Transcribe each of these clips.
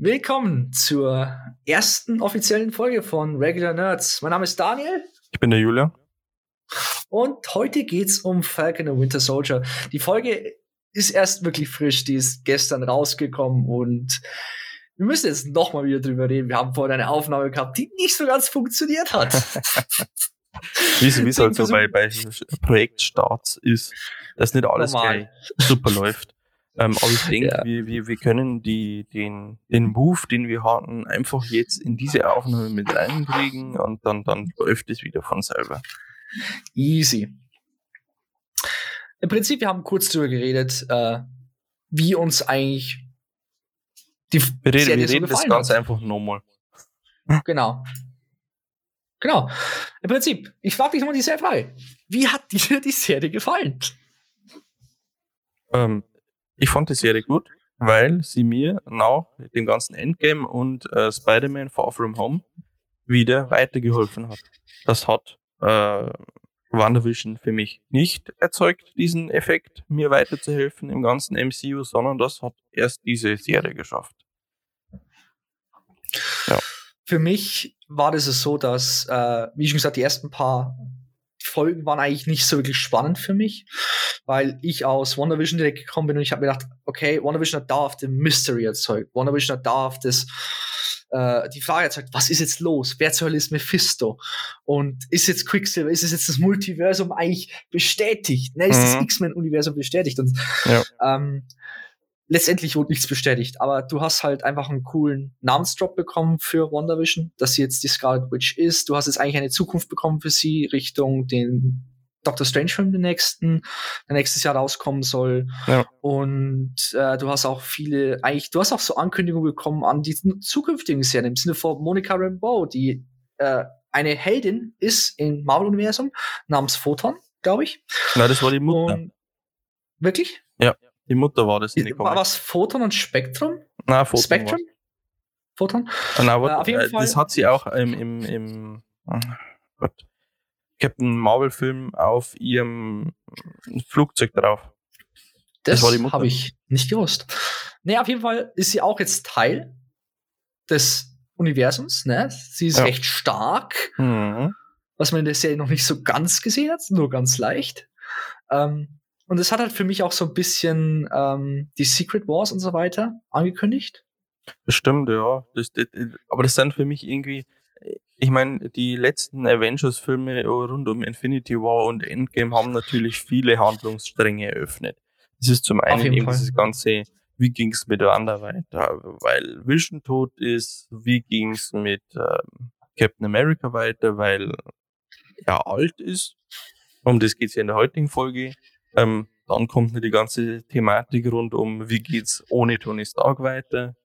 Willkommen zur ersten offiziellen Folge von Regular Nerds. Mein Name ist Daniel. Ich bin der Julian. Und heute geht's um Falcon and Winter Soldier. Die Folge ist erst wirklich frisch, die ist gestern rausgekommen und wir müssen jetzt nochmal wieder drüber reden. Wir haben vorhin eine Aufnahme gehabt, die nicht so ganz funktioniert hat. Wie es halt so bei Projektstarts ist, dass nicht alles gleich super läuft. Aber ich denke, wir können den Move, den wir hatten, einfach jetzt in diese Aufnahme mit reinkriegen und dann läuft es wieder von selber. Easy. Im Prinzip, wir haben kurz drüber geredet, wie uns eigentlich die Serie so gefallen das Ganze hat. Einfach nochmal. Genau. Im Prinzip, ich frage dich nochmal dieselbe Frage. Wie hat dir die Serie gefallen? Ich fand die Serie gut, weil sie mir nach dem ganzen Endgame und Spider-Man Far From Home wieder weitergeholfen hat. Das hat WandaVision für mich nicht erzeugt, diesen Effekt, mir weiterzuhelfen im ganzen MCU, sondern das hat erst diese Serie geschafft. Ja. Für mich war das so, dass, wie schon gesagt, die ersten paar Folgen waren eigentlich nicht so wirklich spannend für mich, weil ich aus WandaVision direkt gekommen bin und ich habe mir gedacht, okay, WandaVision hat dauerhaft den Mystery erzeugt. WandaVision hat dauerhaft die Frage erzeugt, was ist jetzt los? Wer zur Hölle ist Mephisto? Und ist jetzt Quicksilver, ist es jetzt das Multiversum eigentlich bestätigt? Ne, ist das X-Men-Universum bestätigt? Und letztendlich wurde nichts bestätigt, aber du hast halt einfach einen coolen Namensdrop bekommen für WandaVision, dass sie jetzt die Scarlet Witch ist. Du hast jetzt eigentlich eine Zukunft bekommen für sie Richtung den Doctor Strange-Film, der nächstes Jahr rauskommen soll. Ja. Und du hast auch so Ankündigungen bekommen an die zukünftigen Serien, im Sinne von Monica Rambeau, die eine Heldin ist im Marvel-Universum namens Photon, glaube ich. Na, das war die Mutter. Wirklich? Ja. Die Mutter war das. War was Photon und Spektrum? Nein, Photon. Spektrum? Photon? Auf jeden Fall. Das hat sie auch im Captain Marvel-Film auf ihrem Flugzeug drauf. Das war die Mutter. Habe ich nicht gewusst. Nee, auf jeden Fall ist sie auch jetzt Teil des Universums. Ne? Sie ist recht stark, was man in der Serie noch nicht so ganz gesehen hat, nur ganz leicht. Und es hat halt für mich auch so ein bisschen die Secret Wars und so weiter angekündigt. Das stimmt, ja. Aber das sind für mich irgendwie, ich meine, die letzten Avengers-Filme rund um Infinity War und Endgame haben natürlich viele Handlungsstränge eröffnet. Das ist zum einen eben dieses ganze, wie ging's mit Wanda weiter, weil Vision tot ist, wie ging's mit Captain America weiter, weil er alt ist. Um das geht's ja in der heutigen Folge. Dann kommt die ganze Thematik rund um, wie geht's ohne Tony Stark weiter.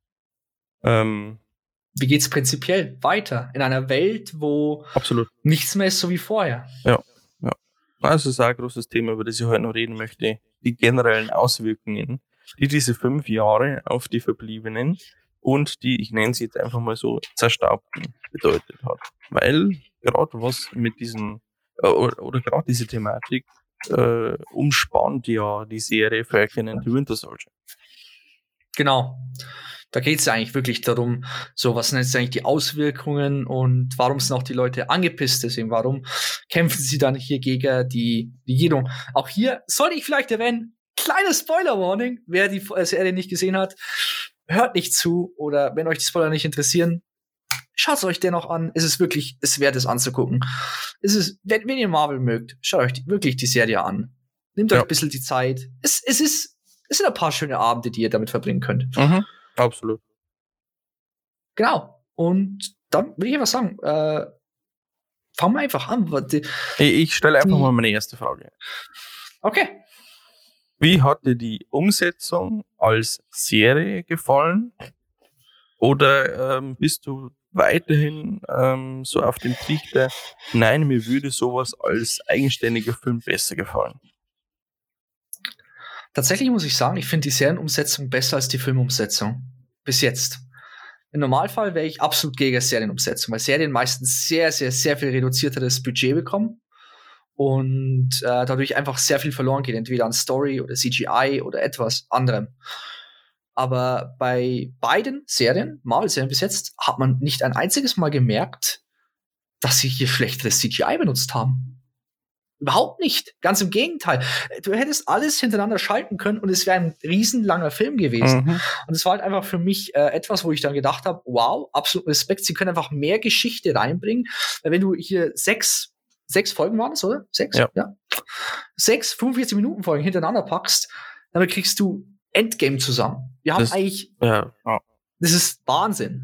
Wie geht's prinzipiell weiter in einer Welt, wo nichts mehr ist so wie vorher? Ja. Also das ist auch ein großes Thema, über das ich heute noch reden möchte. Die generellen Auswirkungen, die diese 5 Jahre auf die Verbliebenen und die, ich nenne sie jetzt einfach mal so, Zerstaubten bedeutet hat. Weil gerade was mit diesen, oder gerade diese Thematik, umspannt ja die Serie Falcon and the Winter Soldier. Genau. Da geht es ja eigentlich wirklich darum, so was sind jetzt eigentlich die Auswirkungen und warum sind auch die Leute angepisst, deswegen warum kämpfen sie dann hier gegen die Regierung. Auch hier sollte ich vielleicht erwähnen, kleine Spoiler-Warning, wer die Serie nicht gesehen hat, hört nicht zu oder wenn euch die Spoiler nicht interessieren, schaut es euch dennoch an. Es ist wirklich, es wert es anzugucken. Es ist, wenn ihr Marvel mögt, schaut euch wirklich die Serie an. Nehmt euch ein bisschen die Zeit. Es sind ein paar schöne Abende, die ihr damit verbringen könnt. Absolut. Genau. Und dann will ich einfach sagen, fangen wir einfach an. Ich stelle einfach mal meine erste Frage. Okay. Wie hat dir die Umsetzung als Serie gefallen? Oder bist du weiterhin so auf dem Trichter, nein, mir würde sowas als eigenständiger Film besser gefallen? Tatsächlich muss ich sagen, ich finde die Serienumsetzung besser als die Filmumsetzung. Bis jetzt. Im Normalfall wäre ich absolut gegen Serienumsetzung, weil Serien meistens sehr, sehr, sehr viel reduzierteres Budget bekommen und dadurch einfach sehr viel verloren geht, entweder an Story oder CGI oder etwas anderem. Aber bei beiden Serien, Marvel-Serien bis jetzt, hat man nicht ein einziges Mal gemerkt, dass sie hier schlechteres CGI benutzt haben. Überhaupt nicht. Ganz im Gegenteil. Du hättest alles hintereinander schalten können und es wäre ein riesenlanger Film gewesen. Mhm. Und es war halt einfach für mich etwas, wo ich dann gedacht habe, wow, absolut Respekt, sie können einfach mehr Geschichte reinbringen. Weil wenn du hier sechs Folgen waren es, oder? 6? Ja. 6 45-Minuten-Folgen hintereinander packst, damit kriegst du Endgame zusammen. Wir haben eigentlich, das ist Wahnsinn.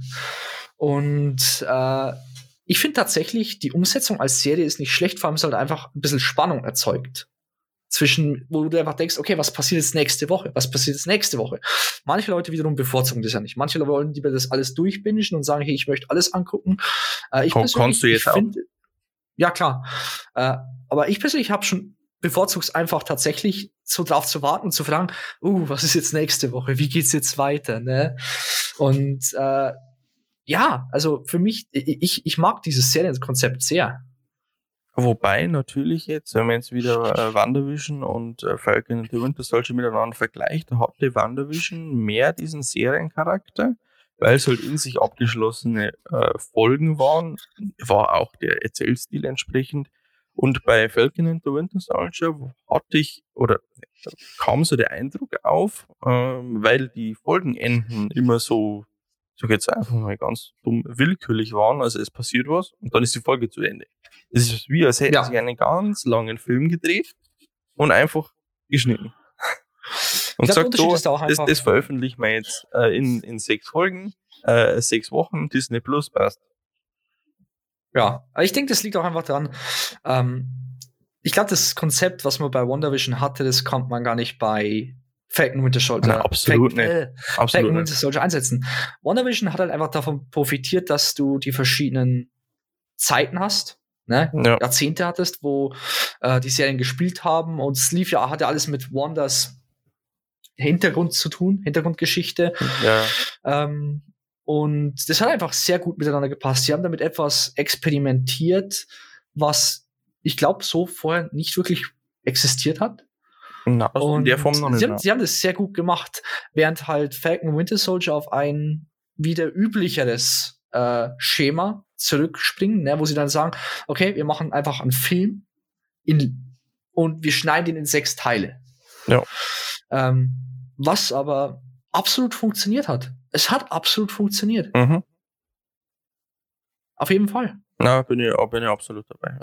Und ich finde tatsächlich, die Umsetzung als Serie ist nicht schlecht, vor allem es halt einfach ein bisschen Spannung erzeugt. Zwischen, wo du einfach denkst, okay, was passiert jetzt nächste Woche? Was passiert jetzt nächste Woche? Manche Leute wiederum bevorzugen das ja nicht. Manche Leute wollen lieber das alles durchbingen und sagen, hey, ich möchte alles angucken. Kannst du jetzt auch? Ja, klar. Aber ich persönlich habe schon bevorzug's einfach tatsächlich so drauf zu warten und zu fragen, was ist jetzt nächste Woche? Wie geht's jetzt weiter? Ne? Und ja, also für mich, ich mag dieses Serienkonzept sehr. Wobei natürlich jetzt, wenn man jetzt wieder WandaVision und Falcon and the Winter Soldier miteinander vergleicht, da hatte WandaVision mehr diesen Seriencharakter, weil es halt in sich abgeschlossene Folgen waren, war auch der Erzählstil entsprechend. Und bei Falcon and the Winter Soldier kam so der Eindruck auf, weil die Folgenenden immer so, ich sag jetzt einfach mal ganz dumm, willkürlich waren, also es passiert was und dann ist die Folge zu Ende. Es ist wie, als hätten sie einen ganz langen Film gedreht und einfach geschnitten. Und sagt so, das veröffentlichen wir jetzt in 6 Folgen, 6 Wochen, Disney Plus, passt. Ja, aber ich denke, das liegt auch einfach daran, ich glaube, das Konzept, was man bei WandaVision hatte, das konnte man gar nicht bei Falcon Winter Soldier. Absolut nicht. Falcon Winter Soldier einsetzen. WandaVision hat halt einfach davon profitiert, dass du die verschiedenen Zeiten hast, ne? Ja. Jahrzehnte hattest, wo die Serien gespielt haben und es hat ja alles mit Wandas Hintergrund zu tun, Hintergrundgeschichte. Ja. Und das hat einfach sehr gut miteinander gepasst. Sie haben damit etwas experimentiert, was ich glaube, so vorher nicht wirklich existiert hat. Na, und in der Form noch nicht. Sie haben das sehr gut gemacht, während halt Falcon Winter Soldier auf ein wieder üblicheres Schema zurückspringen, ne, wo sie dann sagen, okay, wir machen einfach einen Film und wir schneiden ihn in 6 Teile. Ja. Was aber absolut funktioniert hat. Es hat absolut funktioniert. Mhm. Auf jeden Fall. Na, bin ich absolut dabei.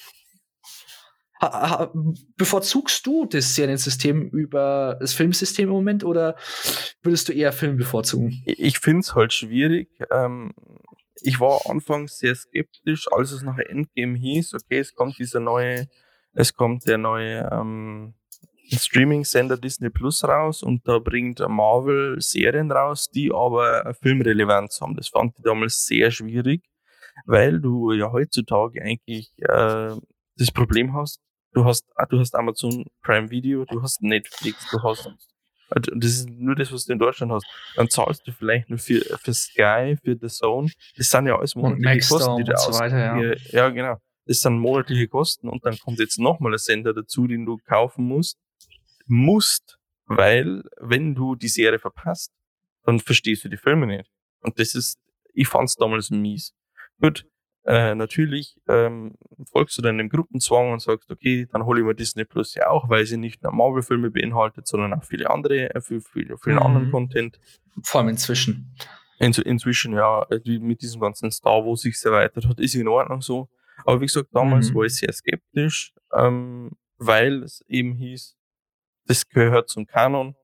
Bevorzugst du das Seriensystem über das Filmsystem im Moment oder würdest du eher Film bevorzugen? Ich finde es halt schwierig. Ich war anfangs sehr skeptisch, als es nach Endgame hieß, okay, es kommt der neue Streaming-Sender Disney Plus raus und da bringt Marvel Serien raus, die aber Filmrelevanz haben. Das fand ich damals sehr schwierig, weil du ja heutzutage eigentlich das Problem hast, du hast Amazon Prime Video, du hast Netflix, das ist nur das, was du in Deutschland hast. Dann zahlst du vielleicht nur für Sky, für The Zone. Das sind ja alles monatliche Kosten, die du so weiter, ja, genau. Das sind monatliche Kosten und dann kommt jetzt nochmal ein Sender dazu, den du kaufen musst, weil wenn du die Serie verpasst, dann verstehst du die Filme nicht. Und ich fand's damals mies. Gut, natürlich folgst du dann dem Gruppenzwang und sagst, okay, dann hole ich mir Disney Plus ja auch, weil sie nicht nur Marvel-Filme beinhaltet, sondern auch viele andere, viel anderen Content. Vor allem inzwischen. Inzwischen, ja, mit diesem ganzen Star Wars sich erweitert hat, ist in Ordnung so. Aber wie gesagt, damals war ich sehr skeptisch, weil es eben hieß, das gehört zum Kanon.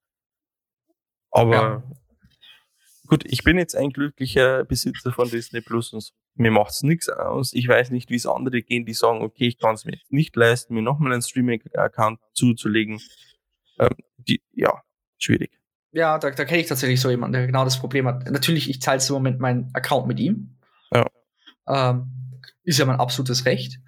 Aber gut, ich bin jetzt ein glücklicher Besitzer von Disney Plus und mir macht's nichts aus. Ich weiß nicht, wie es andere gehen, die sagen, okay, ich kann es mir nicht leisten, mir nochmal einen Streaming-Account zuzulegen. Schwierig. Ja, da kenne ich tatsächlich so jemanden, der genau das Problem hat. Natürlich, ich teile im Moment meinen Account mit ihm. Ja. Ist ja mein absolutes Recht.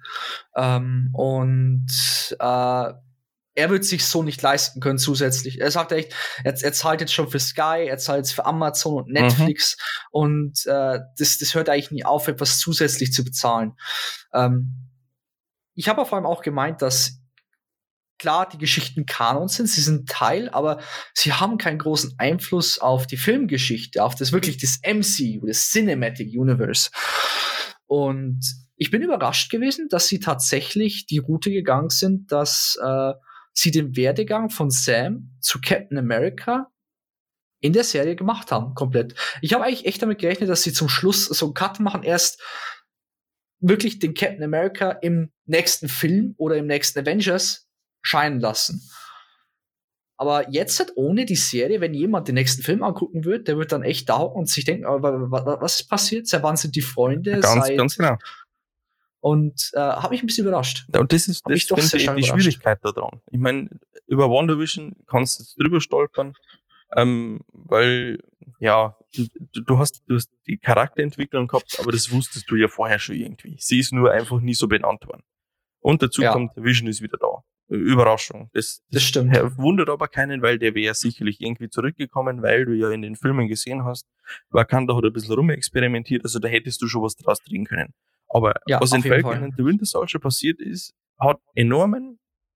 Er wird sich so nicht leisten können zusätzlich. Er sagt echt, er zahlt jetzt schon für Sky, er zahlt jetzt für Amazon und Netflix und das hört eigentlich nie auf, etwas zusätzlich zu bezahlen. Ich habe vor allem auch gemeint, dass klar die Geschichten Kanon sind, sie sind Teil, aber sie haben keinen großen Einfluss auf die Filmgeschichte, auf das MCU, das Cinematic Universe. Und ich bin überrascht gewesen, dass sie tatsächlich die Route gegangen sind, dass sie den Werdegang von Sam zu Captain America in der Serie gemacht haben, komplett. Ich habe eigentlich echt damit gerechnet, dass sie zum Schluss so einen Cut machen, erst wirklich den Captain America im nächsten Film oder im nächsten Avengers scheinen lassen. Aber jetzt halt ohne die Serie, wenn jemand den nächsten Film angucken wird, der wird dann echt da hocken und sich denken, was ist passiert? Seit wann sind die Freunde? Ganz genau. Und hat mich ein bisschen überrascht. Ja, und das ist die Schwierigkeit da dran. Ich meine, über WandaVision kannst du jetzt drüber stolpern, weil, ja, du hast die Charakterentwicklung gehabt, aber das wusstest du ja vorher schon irgendwie. Sie ist nur einfach nie so benannt worden. Und dazu kommt, Vision ist wieder da. Überraschung. Das stimmt. Wundert aber keinen, weil der wäre sicherlich irgendwie zurückgekommen, weil du ja in den Filmen gesehen hast, Wakanda hat ein bisschen rumexperimentiert, also da hättest du schon was draus drehen können. Aber was in Falcon and the Winter Soldier passiert ist, hat enorme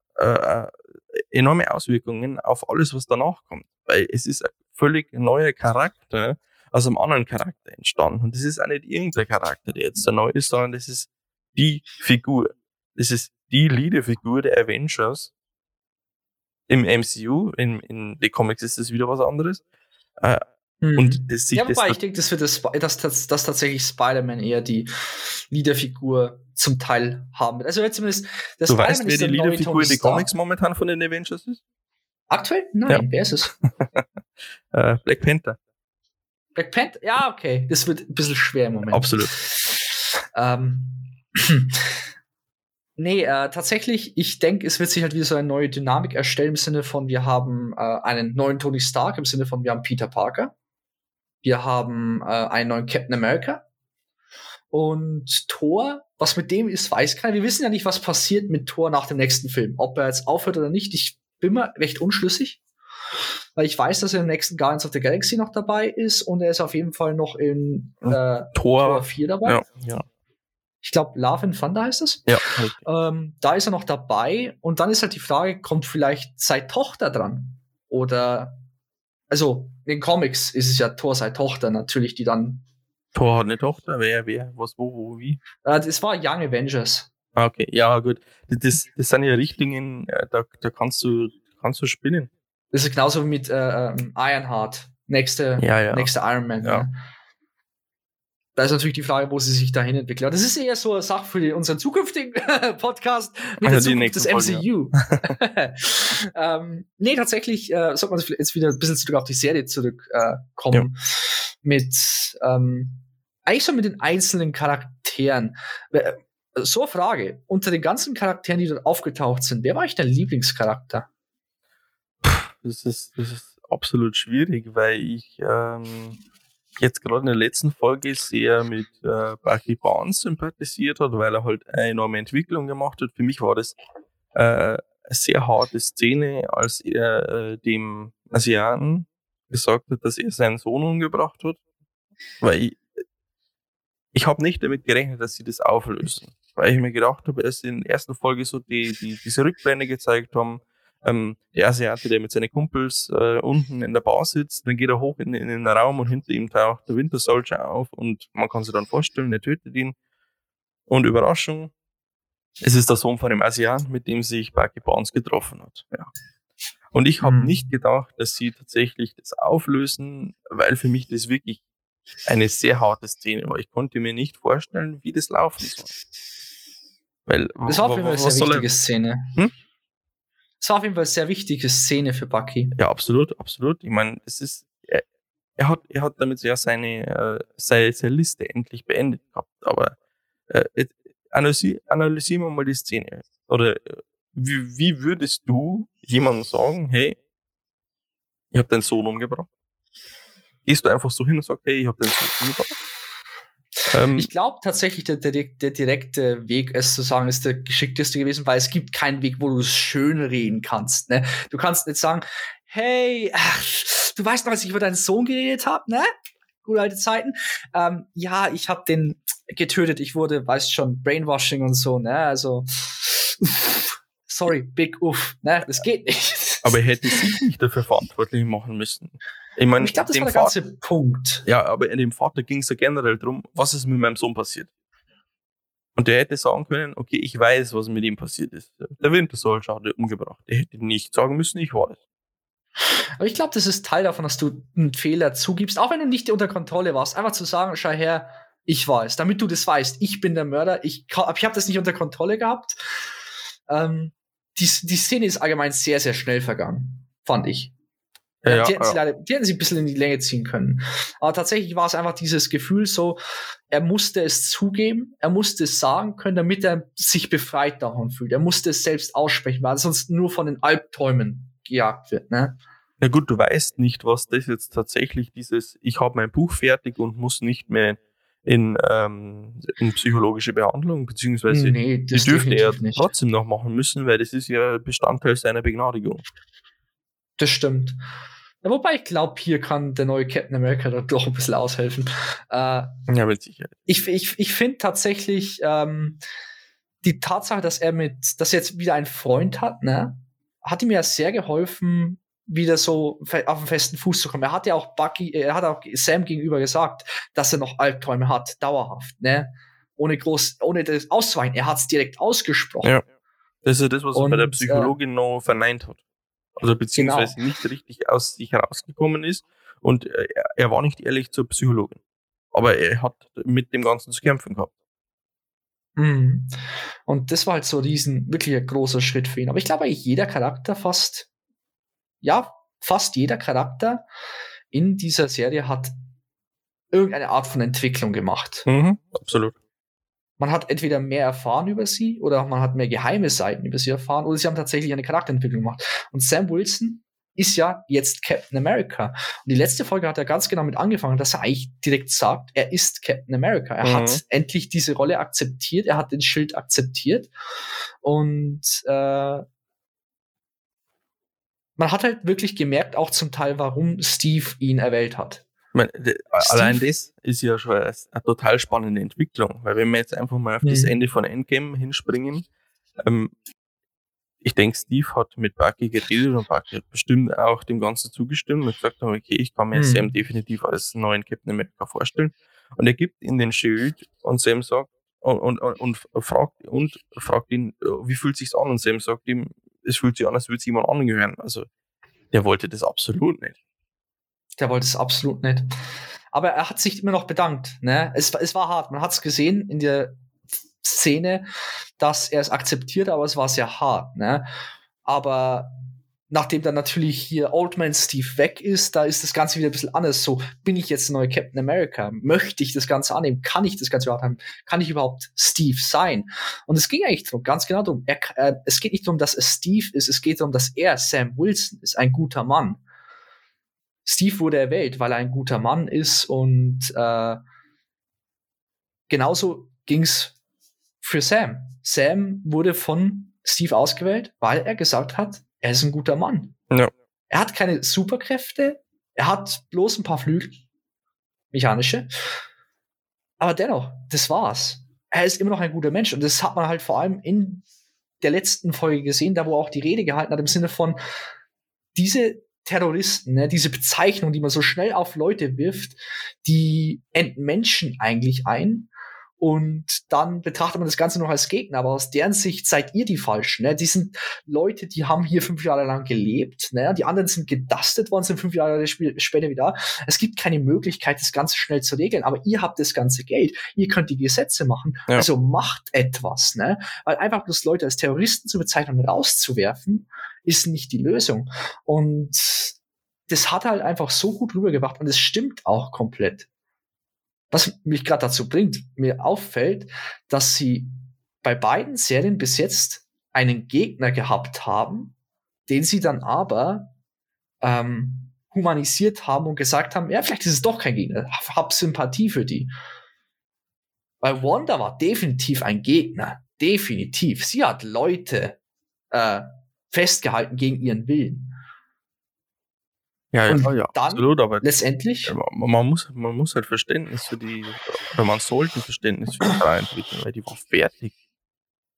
Auswirkungen auf alles, was danach kommt. Weil es ist ein völlig neuer Charakter aus einem anderen Charakter entstanden. Und das ist auch nicht irgendein Charakter, der jetzt neu ist, sondern das ist die Figur. Das ist die Leaderfigur der Avengers im MCU. In den Comics ist das wieder was anderes. Und wobei ich denke, dass tatsächlich Spider-Man eher die Leaderfigur zum Teil haben wird. Also jetzt zumindest der Spider-Man weißt, wer die Leaderfigur in den Comics momentan von den Avengers ist? Aktuell? Nein, wer ist es? Black Panther. Black Panther? Ja, okay. Das wird ein bisschen schwer im Moment. Absolut. Nee, tatsächlich, ich denke, es wird sich halt wieder so eine neue Dynamik erstellen im Sinne von, wir haben einen neuen Tony Stark, im Sinne von, wir haben Peter Parker. Wir haben einen neuen Captain America. Und Thor, was mit dem ist, weiß keiner. Wir wissen ja nicht, was passiert mit Thor nach dem nächsten Film. Ob er jetzt aufhört oder nicht, ich bin mir recht unschlüssig. Weil ich weiß, dass er im nächsten Guardians of the Galaxy noch dabei ist und er ist auf jeden Fall noch in Thor 4 dabei. Ja. Ich glaube, Love and Thunder heißt es. Ja. Da ist er noch dabei. Und dann ist halt die Frage, kommt vielleicht seine Tochter dran? Oder, also, in den Comics ist es ja Thor seine Tochter natürlich, die dann. Thor hat eine Tochter? Wer, was, wo, wie? Das war Young Avengers. Okay, ja, gut. Das sind ja Richtungen, da kannst du spinnen. Das ist genauso wie mit Ironheart. Nächste Iron Man. Ja. Da ist natürlich die Frage, wo sie sich dahin entwickeln. Das ist eher so eine Sache für unseren zukünftigen Podcast mit der Zukunft des MCU. Nee, tatsächlich sollte man jetzt wieder ein bisschen zurück auf die Serie zurückkommen. Mit eigentlich so mit den einzelnen Charakteren. So eine Frage. Unter den ganzen Charakteren, die dort aufgetaucht sind, wer war eigentlich dein Lieblingscharakter? Das ist absolut schwierig, weil ich jetzt gerade in der letzten Folge sehr mit Bucky Barnes sympathisiert hat, weil er halt eine enorme Entwicklung gemacht hat. Für mich war das eine sehr harte Szene, als er dem Asiaten gesagt hat, dass er seinen Sohn umgebracht hat. Weil ich habe nicht damit gerechnet, dass sie das auflösen. Weil ich mir gedacht habe, dass sie in der ersten Folge so diese Rückblende gezeigt haben, der Asiate, der mit seinen Kumpels unten in der Bar sitzt, dann geht er hoch in den Raum und hinter ihm taucht der Winter Soldier auf und man kann sich dann vorstellen, er tötet ihn. Und Überraschung, es ist der Sohn von dem Asiaten, mit dem sich Bucky Barnes getroffen hat. Ja. Und ich habe nicht gedacht, dass sie tatsächlich das auflösen, weil für mich das wirklich eine sehr harte Szene war. Ich konnte mir nicht vorstellen, wie das laufen soll. Weil, das war auf jeden Fall eine sehr wichtige Szene. Das war auf jeden Fall eine sehr wichtige Szene für Bucky. Ja, absolut, absolut. Ich meine, es ist, er hat damit ja seine Liste endlich beendet gehabt. Aber analysieren wir mal die Szene. Oder wie würdest du jemandem sagen, hey, ich habe deinen Sohn umgebracht? Gehst du einfach so hin und sagst, hey, ich habe deinen Sohn umgebracht? Ich glaube tatsächlich, der direkte Weg, es zu sagen, ist der geschickteste gewesen, weil es gibt keinen Weg, wo du es schön reden kannst. Ne? Du kannst nicht sagen, hey, du weißt noch, als ich über deinen Sohn geredet habe, ne? Gute alte Zeiten. Ja, ich habe den getötet. Ich wurde, weißt schon, Brainwashing und so. Ne? Also, sorry, big uff, ne, das geht nicht. Aber er hätte sich nicht dafür verantwortlich machen müssen. Ich meine, ich glaube, das war der ganze Punkt. Ja, aber dem Vater ging es ja generell darum, was ist mit meinem Sohn passiert. Und der hätte sagen können, okay, ich weiß, was mit ihm passiert ist. Der Winter Soldier hat er umgebracht. Der hätte nicht sagen müssen, ich weiß. Aber ich glaube, das ist Teil davon, dass du einen Fehler zugibst, auch wenn du nicht unter Kontrolle warst. Einfach zu sagen, schau her, ich weiß, damit du das weißt. Ich bin der Mörder. Ich habe das nicht unter Kontrolle gehabt. Die Szene ist allgemein sehr, sehr schnell vergangen, fand ich. Die hätten sie ein bisschen in die Länge ziehen können. Aber tatsächlich war es einfach dieses Gefühl so, er musste es zugeben, er musste es sagen können, damit er sich befreit davon fühlt. Er musste es selbst aussprechen, weil er sonst nur von den Albträumen gejagt wird, ne? Na gut, du weißt nicht, was das jetzt tatsächlich dieses, ich habe mein Buch fertig und muss nicht mehr in psychologische Behandlung, beziehungsweise die dürfte er trotzdem noch machen müssen, weil das ist ja Bestandteil seiner Begnadigung. Das stimmt. Ja, wobei ich glaube, hier kann der neue Captain America da doch ein bisschen aushelfen. Ja, mit Sicherheit. Ich finde tatsächlich die Tatsache, dass er jetzt wieder einen Freund hat, ne, hat ihm ja sehr geholfen, wieder so auf den festen Fuß zu kommen. Er hat ja auch Sam gegenüber gesagt, dass er noch Albträume hat, dauerhaft, ne, ohne das auszuweichen. Er hat es direkt ausgesprochen. Ja. Das ist ja das, was er bei der Psychologin noch verneint hat. Also beziehungsweise nicht richtig aus sich herausgekommen ist und er war nicht ehrlich zur Psychologin. Aber er hat mit dem Ganzen zu kämpfen gehabt. Mhm. Und das war halt so wirklich ein großer Schritt für ihn. Aber ich glaube eigentlich jeder Charakter fast jeder Charakter in dieser Serie hat irgendeine Art von Entwicklung gemacht. Mhm, absolut. Man hat entweder mehr erfahren über sie oder man hat mehr geheime Seiten über sie erfahren oder sie haben tatsächlich eine Charakterentwicklung gemacht. Und Sam Wilson ist ja jetzt Captain America. Und die letzte Folge hat er ganz genau mit angefangen, dass er eigentlich direkt sagt, er ist Captain America. Er hat endlich diese Rolle akzeptiert, er hat den Schild akzeptiert und man hat halt wirklich gemerkt, auch zum Teil, warum Steve ihn erwählt hat. Allein das ist ja schon eine total spannende Entwicklung, weil wenn wir jetzt einfach mal auf das Ende von Endgame hinspringen, ich denke, Steve hat mit Bucky geredet und Bucky hat bestimmt auch dem Ganzen zugestimmt und gesagt, okay, ich kann mir Sam definitiv als neuen Captain America vorstellen. Und er gibt ihm den Schild und Sam sagt und fragt ihn, wie fühlt sich's an? Und Sam sagt ihm, es fühlt sich an, als würde es jemand angehören. Also der wollte das absolut nicht. Der wollte es absolut nicht. Aber er hat sich immer noch bedankt. Ne? Es war hart. Man hat es gesehen in der Szene, dass er es akzeptiert, aber es war sehr hart. Ne? Aber nachdem dann natürlich hier Old Man Steve weg ist, da ist das Ganze wieder ein bisschen anders. So, bin ich jetzt der neue Captain America? Möchte ich das Ganze annehmen? Kann ich das Ganze überhaupt haben? Kann ich überhaupt Steve sein? Und es ging eigentlich ganz genau darum. Es geht nicht darum, dass es Steve ist. Es geht darum, dass er, Sam Wilson, ist ein guter Mann. Steve wurde erwählt, weil er ein guter Mann ist und genauso ging's für Sam. Sam wurde von Steve ausgewählt, weil er gesagt hat, er ist ein guter Mann. Ja. Er hat keine Superkräfte, er hat bloß ein paar Flügel, mechanische, aber dennoch, das war's. Er ist immer noch ein guter Mensch und das hat man halt vor allem in der letzten Folge gesehen, da wo er auch die Rede gehalten hat, im Sinne von diese Terroristen, ne, diese Bezeichnung, die man so schnell auf Leute wirft, die entmenschen eigentlich ein und dann betrachtet man das Ganze noch als Gegner, aber aus deren Sicht seid ihr die Falschen. Ne? Die sind Leute, die haben hier 5 Jahre lang gelebt, ne? Die anderen sind gedustet worden, sind 5 Jahre später wieder da. Es gibt keine Möglichkeit, das Ganze schnell zu regeln, aber ihr habt das ganze Geld, ihr könnt die Gesetze machen, also macht etwas, ne? Weil einfach bloß Leute als Terroristen zu bezeichnen und rauszuwerfen, ist nicht die Lösung. Und das hat halt einfach so gut rübergebracht und es stimmt auch komplett. Was mich gerade dazu bringt, mir auffällt, dass sie bei beiden Serien bis jetzt einen Gegner gehabt haben, den sie dann aber humanisiert haben und gesagt haben, ja, vielleicht ist es doch kein Gegner, hab Sympathie für die. Weil Wanda war definitiv ein Gegner, definitiv. Sie hat Leute festgehalten gegen ihren Willen. Ja, und dann absolut, aber letztendlich man muss halt Verständnis für die, oder man sollte Verständnis für die Frau entwickeln, weil die war fertig.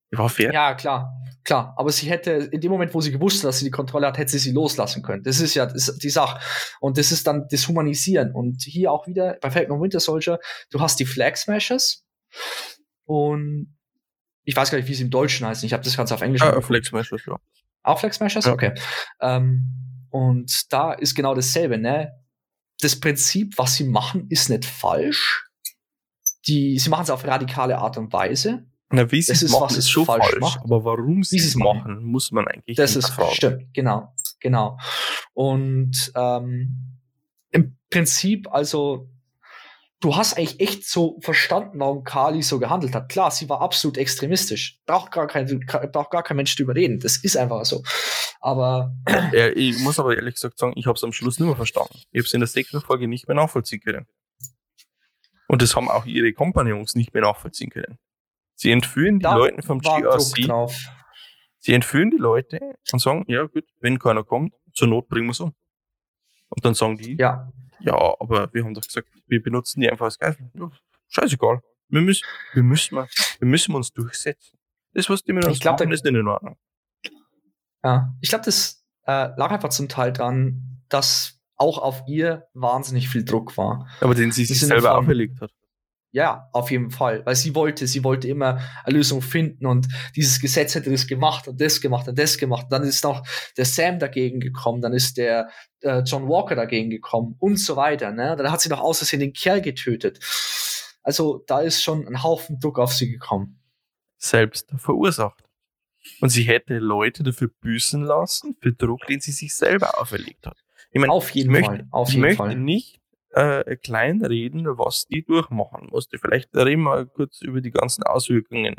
Die war fertig. Ja, klar. Aber sie hätte, in dem Moment, wo sie gewusst hat, dass sie die Kontrolle hat, hätte sie loslassen können. Das ist ja die Sache. Und das ist dann das Humanisieren. Und hier auch wieder bei Falcon und Winter Soldier, du hast die Flag Smashers und ich weiß gar nicht, wie sie im Deutschen heißen. Ich habe das Ganze auf Englisch Flag Smashers, ja. Auch Flag Smashers? Ja. Okay. Und da ist genau dasselbe, ne? Das Prinzip, was sie machen, ist nicht falsch. Sie machen es auf radikale Art und Weise. Na, wie sie es machen, ist schon falsch. Macht. Aber warum sie es machen, muss man eigentlich nicht fragen. Stimmt, genau. Und im Prinzip, also, du hast eigentlich echt so verstanden, warum Karli so gehandelt hat. Klar, sie war absolut extremistisch. Braucht gar kein Mensch drüber reden. Das ist einfach so. Aber ich muss aber ehrlich gesagt sagen, ich habe es am Schluss nicht mehr verstanden. Ich habe es in der 6. Folge nicht mehr nachvollziehen können. Und das haben auch ihre Kompagnons nicht mehr nachvollziehen können. Sie entführen die Leute vom GRC. Sie entführen die Leute und sagen, ja gut, wenn keiner kommt, zur Not bringen wir es um. Und dann sagen die, ja, aber wir haben doch gesagt, wir benutzen die einfach als Geisel. Ja, scheißegal. Wir müssen uns durchsetzen. Das, was die mit uns machen, ist nicht in Ordnung. Ja, ich glaube, das lag einfach zum Teil dran, dass auch auf ihr wahnsinnig viel Druck war. Aber den sie sich selber auferlegt hat. Ja, auf jeden Fall. Weil sie wollte immer eine Lösung finden und dieses Gesetz hätte das gemacht und das gemacht und das gemacht. Dann ist noch der Sam dagegen gekommen, dann ist der John Walker dagegen gekommen und so weiter. Ne? Dann hat sie noch aus Versehen den Kerl getötet. Also da ist schon ein Haufen Druck auf sie gekommen. Selbst verursacht. Und sie hätte Leute dafür büßen lassen, für Druck, den sie sich selber auferlegt hat. Ich meine, auf jeden Fall. Ich möchte nicht kleinreden, was die durchmachen musste. Vielleicht reden wir kurz über die ganzen Auswirkungen.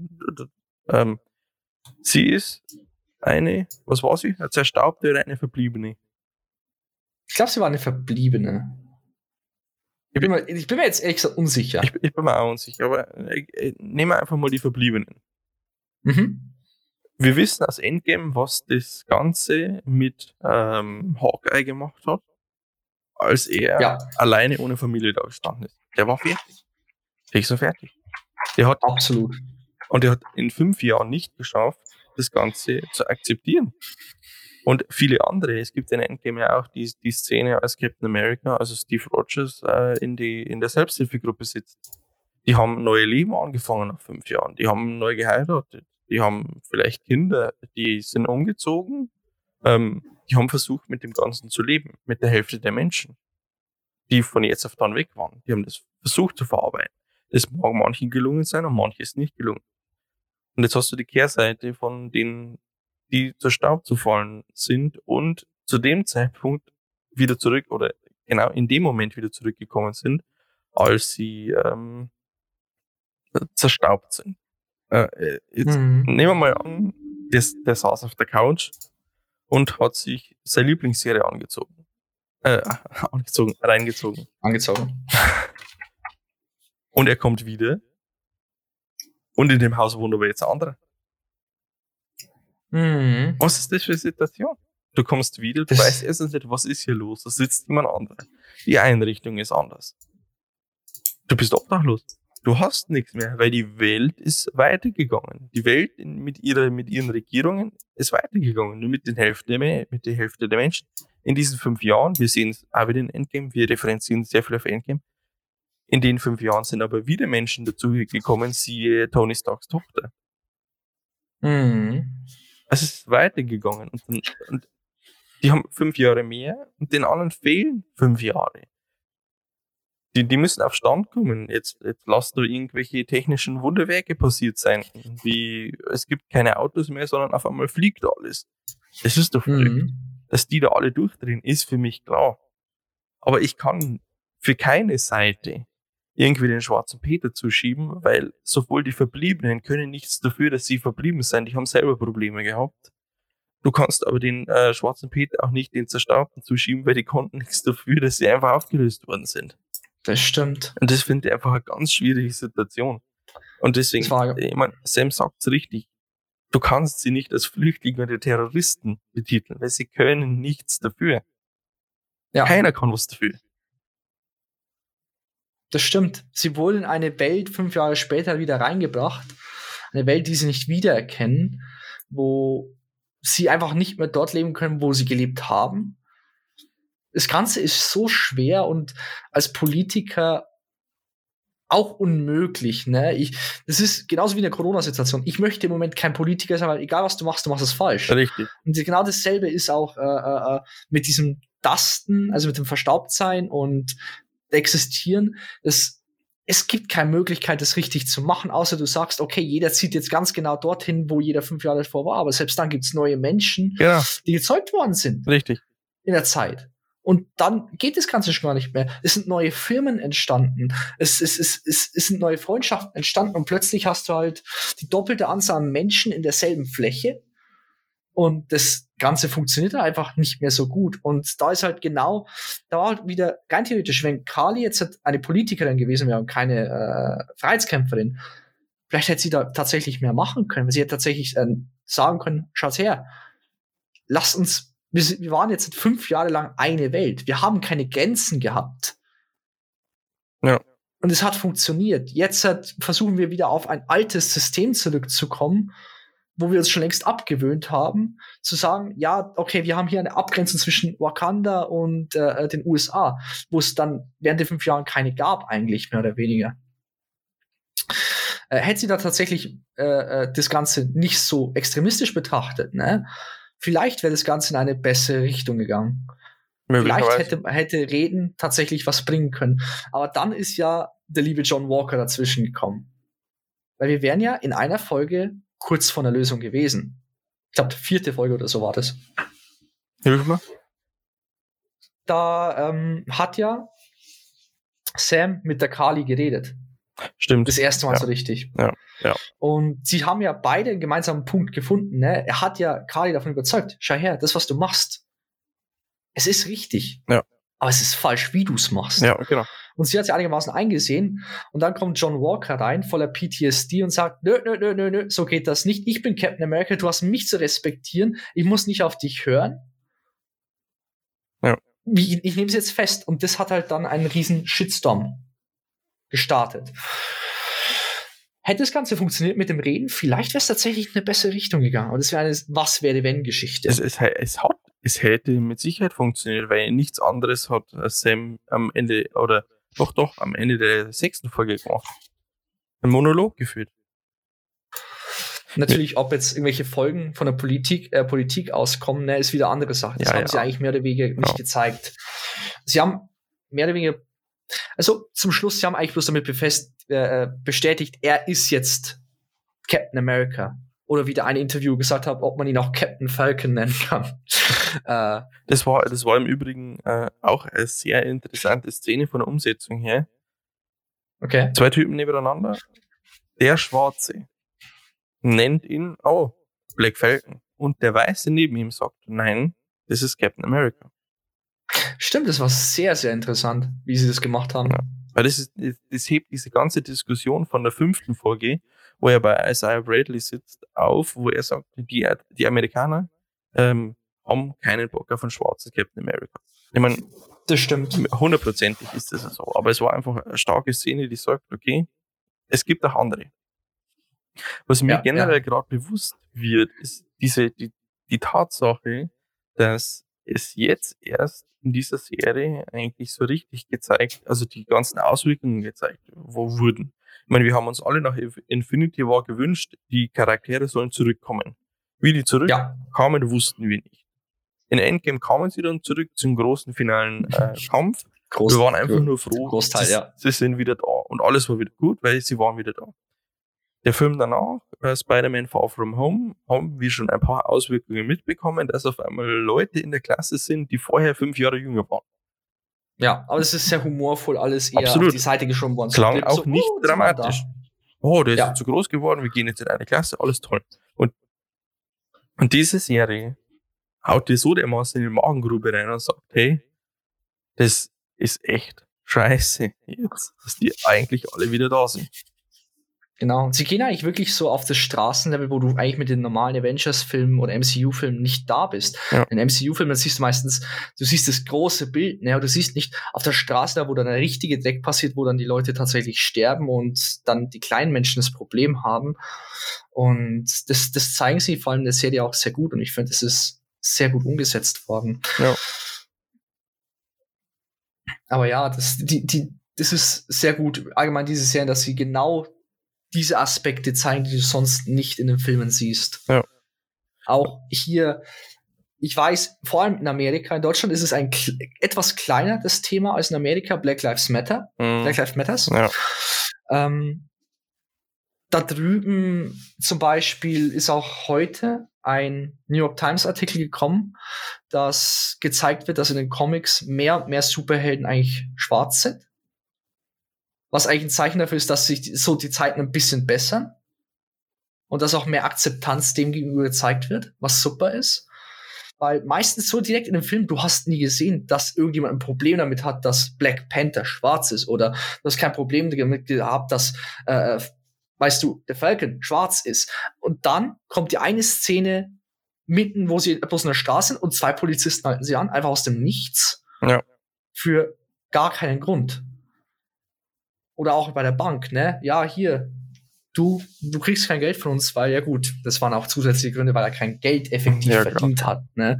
Sie ist was war sie? Eine zerstaubte oder eine Verbliebene? Ich glaube, sie war eine Verbliebene. Ich bin mir jetzt ehrlich gesagt unsicher. Ich bin mir auch unsicher, aber nehmen wir einfach mal die Verbliebenen. Mhm. Wir wissen aus Endgame, was das Ganze mit Hawkeye gemacht hat, als er alleine ohne Familie da gestanden ist. Der war fertig. Fix und fertig. Absolut. Und er hat in 5 Jahren nicht geschafft, das Ganze zu akzeptieren. Und viele andere, es gibt in Endgame ja auch die Szene, als Captain America, also Steve Rogers, in der Selbsthilfegruppe sitzt. Die haben neue Leben angefangen nach 5 Jahren. Die haben neu geheiratet. Die haben vielleicht Kinder, die sind umgezogen. Die haben versucht, mit dem Ganzen zu leben, mit der Hälfte der Menschen, die von jetzt auf dann weg waren. Die haben das versucht zu verarbeiten. Das mag manchen gelungen sein und manches nicht gelungen. Und jetzt hast du die Kehrseite von denen, die zu Staub zu fallen sind und zu dem Zeitpunkt wieder zurück oder genau in dem Moment wieder zurückgekommen sind, als sie zerstaubt sind. Jetzt nehmen wir mal an, der saß auf der Couch und hat sich seine Lieblingsserie reingezogen. Und er kommt wieder. Und in dem Haus wohnt aber jetzt ein anderer. Mhm. Was ist das für eine Situation? Du kommst wieder, du weißt erstens nicht, was ist hier los. Da sitzt jemand anderer. Die Einrichtung ist anders. Du bist obdachlos. Du hast nichts mehr, weil die Welt ist weitergegangen. Die Welt mit ihren Regierungen ist weitergegangen. Nur mit der Hälfte der Menschen. In diesen 5 Jahren, wir sehen es auch wieder in Endgame, wir referenzieren sehr viel auf Endgame. In den 5 Jahren sind aber wieder Menschen dazu gekommen, siehe Tony Starks Tochter. Mhm. Also es ist weitergegangen. Und die haben 5 Jahre mehr und den anderen fehlen 5 Jahre. Die müssen auf Stand kommen. Jetzt lass da irgendwelche technischen Wunderwerke passiert sein. Wie es gibt keine Autos mehr, sondern auf einmal fliegt alles. Das ist doch verrückt. Dass die da alle durchdrehen, ist für mich klar. Aber ich kann für keine Seite irgendwie den schwarzen Peter zuschieben, weil sowohl die Verbliebenen können nichts dafür, dass sie verblieben sind. Die haben selber Probleme gehabt. Du kannst aber den schwarzen Peter auch nicht den Zerstaubten zuschieben, weil die konnten nichts dafür, dass sie einfach aufgelöst worden sind. Das stimmt. Und das finde ich einfach eine ganz schwierige Situation. Und deswegen, ich meine, Sam sagt's richtig. Du kannst sie nicht als Flüchtlinge oder Terroristen betiteln, weil sie können nichts dafür. Ja. Keiner kann was dafür. Das stimmt. Sie wurden in eine Welt 5 Jahre später wieder reingebracht, eine Welt, die sie nicht wiedererkennen, wo sie einfach nicht mehr dort leben können, wo sie gelebt haben. Das Ganze ist so schwer und als Politiker auch unmöglich, ne? Das ist genauso wie in der Corona-Situation. Ich möchte im Moment kein Politiker sein, weil egal was du machst es falsch. Richtig. Und genau dasselbe ist auch mit diesem Dasten, also mit dem Verstaubtsein und Existieren. Es gibt keine Möglichkeit, das richtig zu machen, außer du sagst, okay, jeder zieht jetzt ganz genau dorthin, wo jeder 5 Jahre vor war. Aber selbst dann gibt's neue Menschen, die gezeugt worden sind. Richtig. In der Zeit. Und dann geht das Ganze schon gar nicht mehr. Es sind neue Firmen entstanden. Es sind neue Freundschaften entstanden. Und plötzlich hast du halt die doppelte Anzahl an Menschen in derselben Fläche. Und das Ganze funktioniert einfach nicht mehr so gut. Und da ist halt genau, da war halt wieder rein theoretisch, wenn Kali jetzt halt eine Politikerin gewesen wäre und keine Freiheitskämpferin, vielleicht hätte sie da tatsächlich mehr machen können. Sie hätte tatsächlich sagen können, schaut her, lasst uns, wir waren jetzt 5 Jahre lang eine Welt. Wir haben keine Grenzen gehabt. Ja. Und es hat funktioniert. Jetzt versuchen wir wieder auf ein altes System zurückzukommen, wo wir uns schon längst abgewöhnt haben, zu sagen, ja, okay, wir haben hier eine Abgrenzung zwischen Wakanda und den USA, wo es dann während der 5 Jahren keine gab, eigentlich, mehr oder weniger. Hätte sie da tatsächlich das Ganze nicht so extremistisch betrachtet, ne? Vielleicht wäre das Ganze in eine bessere Richtung gegangen. Vielleicht hätte Reden tatsächlich was bringen können. Aber dann ist ja der liebe John Walker dazwischen gekommen. Weil wir wären ja in einer Folge kurz vor einer Lösung gewesen. Ich glaube, 4. Folge oder so war das. Hilf mal. Da hat ja Sam mit der Kali geredet. Stimmt. Das erste Mal so richtig. Ja. Und sie haben ja beide einen gemeinsamen Punkt gefunden. Ne? Er hat ja Kali davon überzeugt. Schau her, das, was du machst, es ist richtig. Ja. Aber es ist falsch, wie du es machst. Ja, genau. Und sie hat sich einigermaßen eingesehen. Und dann kommt John Walker rein, voller PTSD und sagt, nö, so geht das nicht. Ich bin Captain America, du hast mich zu respektieren. Ich muss nicht auf dich hören. Ja. Ich nehme es jetzt fest. Und das hat halt dann einen riesen Shitstorm gestartet. Hätte das Ganze funktioniert mit dem Reden, vielleicht wäre es tatsächlich in eine bessere Richtung gegangen. Aber das wäre eine Was-wäre-wenn-Geschichte. Es hätte mit Sicherheit funktioniert, weil nichts anderes hat Sam am Ende, oder doch, am Ende der 6. Folge gemacht. Ein Monolog geführt. Natürlich, ob jetzt irgendwelche Folgen von der Politik auskommen, ne, ist wieder eine andere Sache. Das haben sie eigentlich mehr oder weniger nicht gezeigt. Sie haben mehr oder weniger, also zum Schluss, sie haben eigentlich bloß damit bestätigt, er ist jetzt Captain America. Oder wie der eine Interview gesagt hat, ob man ihn auch Captain Falcon nennen kann. Das war im Übrigen auch eine sehr interessante Szene von der Umsetzung her. Okay. 2 Typen nebeneinander. Der Schwarze nennt ihn, Black Falcon. Und der Weiße neben ihm sagt, nein, das ist Captain America. Stimmt, das war sehr, sehr interessant, wie sie das gemacht haben. Ja. Weil das hebt diese ganze Diskussion von der 5. Folge, wo er bei Isaiah Bradley sitzt, auf, wo er sagt, die Amerikaner haben keinen Bock auf einen schwarzen Captain America. Ich meine, das stimmt. 100%ig ist das so. Aber es war einfach eine starke Szene, die sagt, okay, es gibt auch andere. Was mir generell gerade bewusst wird, ist die Tatsache, dass es jetzt erst in dieser Serie eigentlich so richtig gezeigt, also die ganzen Auswirkungen gezeigt wurden. Ich meine, wir haben uns alle nach Infinity War gewünscht, die Charaktere sollen zurückkommen. Wie die zurückkamen, wussten wir nicht. In Endgame kamen sie dann zurück zum großen finalen Kampf. Wir waren einfach nur froh, sie sind wieder da. Und alles war wieder gut, weil sie waren wieder da. Der Film danach, Spider-Man Far From Home, haben wir schon ein paar Auswirkungen mitbekommen, dass auf einmal Leute in der Klasse sind, die vorher 5 Jahre jünger waren. Ja, aber es ist sehr humorvoll, alles eher auf die Seite geschoben worden. Klang auch nicht dramatisch. Der ist jetzt zu groß geworden, wir gehen jetzt in eine Klasse, alles toll. Und diese Serie haut dir so dermaßen in die Magengrube rein und sagt, hey, das ist echt scheiße jetzt, dass die eigentlich alle wieder da sind. Genau. Und sie gehen eigentlich wirklich so auf das Straßenlevel, wo du eigentlich mit den normalen Avengers-Filmen oder MCU-Filmen nicht da bist. Ja. In MCU-Filmen siehst du meistens, du siehst das große Bild, ne, aber du siehst nicht auf der Straße, da wo dann der richtige Dreck passiert, wo dann die Leute tatsächlich sterben und dann die kleinen Menschen das Problem haben. Und das zeigen sie vor allem in der Serie auch sehr gut und ich finde, es ist sehr gut umgesetzt worden. Ja. Aber ja, das ist sehr gut, allgemein diese Serien, dass sie genau diese Aspekte zeigen, die du sonst nicht in den Filmen siehst. Ja. Auch hier, ich weiß, vor allem in Amerika, in Deutschland ist es ein etwas kleiner, das Thema, als in Amerika, Black Lives Matter. Black Lives Matters. Ja. Da drüben zum Beispiel ist auch heute ein New York Times Artikel gekommen, dass gezeigt wird, dass in den Comics mehr und mehr Superhelden eigentlich schwarz sind. Was eigentlich ein Zeichen dafür ist, dass sich so die Zeiten ein bisschen bessern und dass auch mehr Akzeptanz dem gegenüber gezeigt wird, was super ist. Weil meistens so direkt in dem Film, du hast nie gesehen, dass irgendjemand ein Problem damit hat, dass Black Panther schwarz ist oder du hast kein Problem damit gehabt, dass, weißt du, der Falcon schwarz ist. Und dann kommt die eine Szene mitten, wo sie bloß in der Straße sind und 2 Polizisten halten sie an, einfach aus dem Nichts. Ja. Für gar keinen Grund. Oder auch bei der Bank, ne? Ja, hier, du kriegst kein Geld von uns, weil, ja gut, das waren auch zusätzliche Gründe, weil er kein Geld effektiv verdient hat, ne?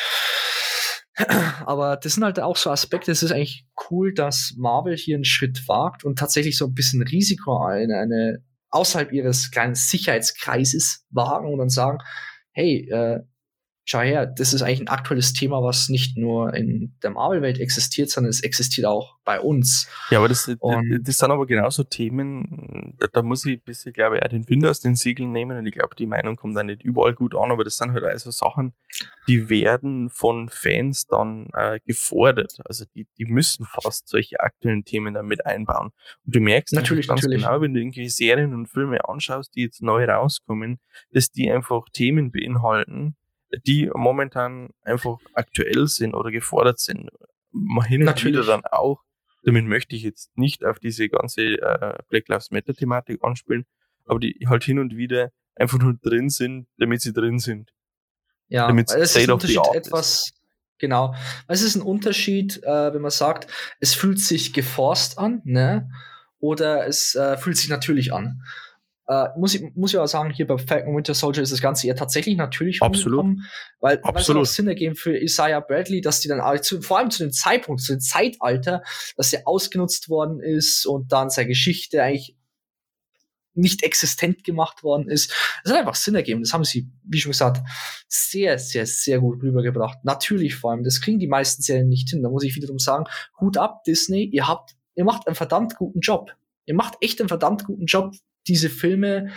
Aber das sind halt auch so Aspekte, es ist eigentlich cool, dass Marvel hier einen Schritt wagt und tatsächlich so ein bisschen Risiko eine außerhalb ihres kleinen Sicherheitskreises wagen und dann sagen, hey, schau her, das ist eigentlich ein aktuelles Thema, was nicht nur in der Marvel-Welt existiert, sondern es existiert auch bei uns. Ja, aber das sind aber genauso Themen, da muss ich ein bisschen, glaube ich, auch den Wind aus den Segeln nehmen und ich glaube, die Meinung kommt dann nicht überall gut an, aber das sind halt also Sachen, die werden von Fans dann gefordert. Also die müssen fast solche aktuellen Themen dann mit einbauen. Und du merkst natürlich genau, wenn du irgendwie Serien und Filme anschaust, die jetzt neu rauskommen, dass die einfach Themen beinhalten, die momentan einfach aktuell sind oder gefordert sind. Hin und wieder dann auch, damit möchte ich jetzt nicht auf diese ganze Black Lives Matter Thematik anspielen, aber die halt hin und wieder einfach nur drin sind, damit sie drin sind. Ja, damit es ist ein Unterschied etwas, genau. Es ist ein Unterschied, wenn man sagt, es fühlt sich geforst an, ne? Oder es fühlt sich natürlich an. Muss ich auch sagen, hier bei Falcon Winter Soldier ist das Ganze eher tatsächlich natürlich rumgekommen, weil es auch Sinn ergeben für Isaiah Bradley, dass die dann vor allem zu dem Zeitpunkt, zu dem Zeitalter, dass er ausgenutzt worden ist und dann seine Geschichte eigentlich nicht existent gemacht worden ist. Das hat einfach Sinn ergeben. Das haben sie, wie schon gesagt, sehr, sehr, sehr gut rübergebracht. Natürlich vor allem, das kriegen die meisten Serien nicht hin. Da muss ich wiederum sagen, Hut ab, Disney, ihr macht einen verdammt guten Job. Ihr macht echt einen verdammt guten Job, diese Filme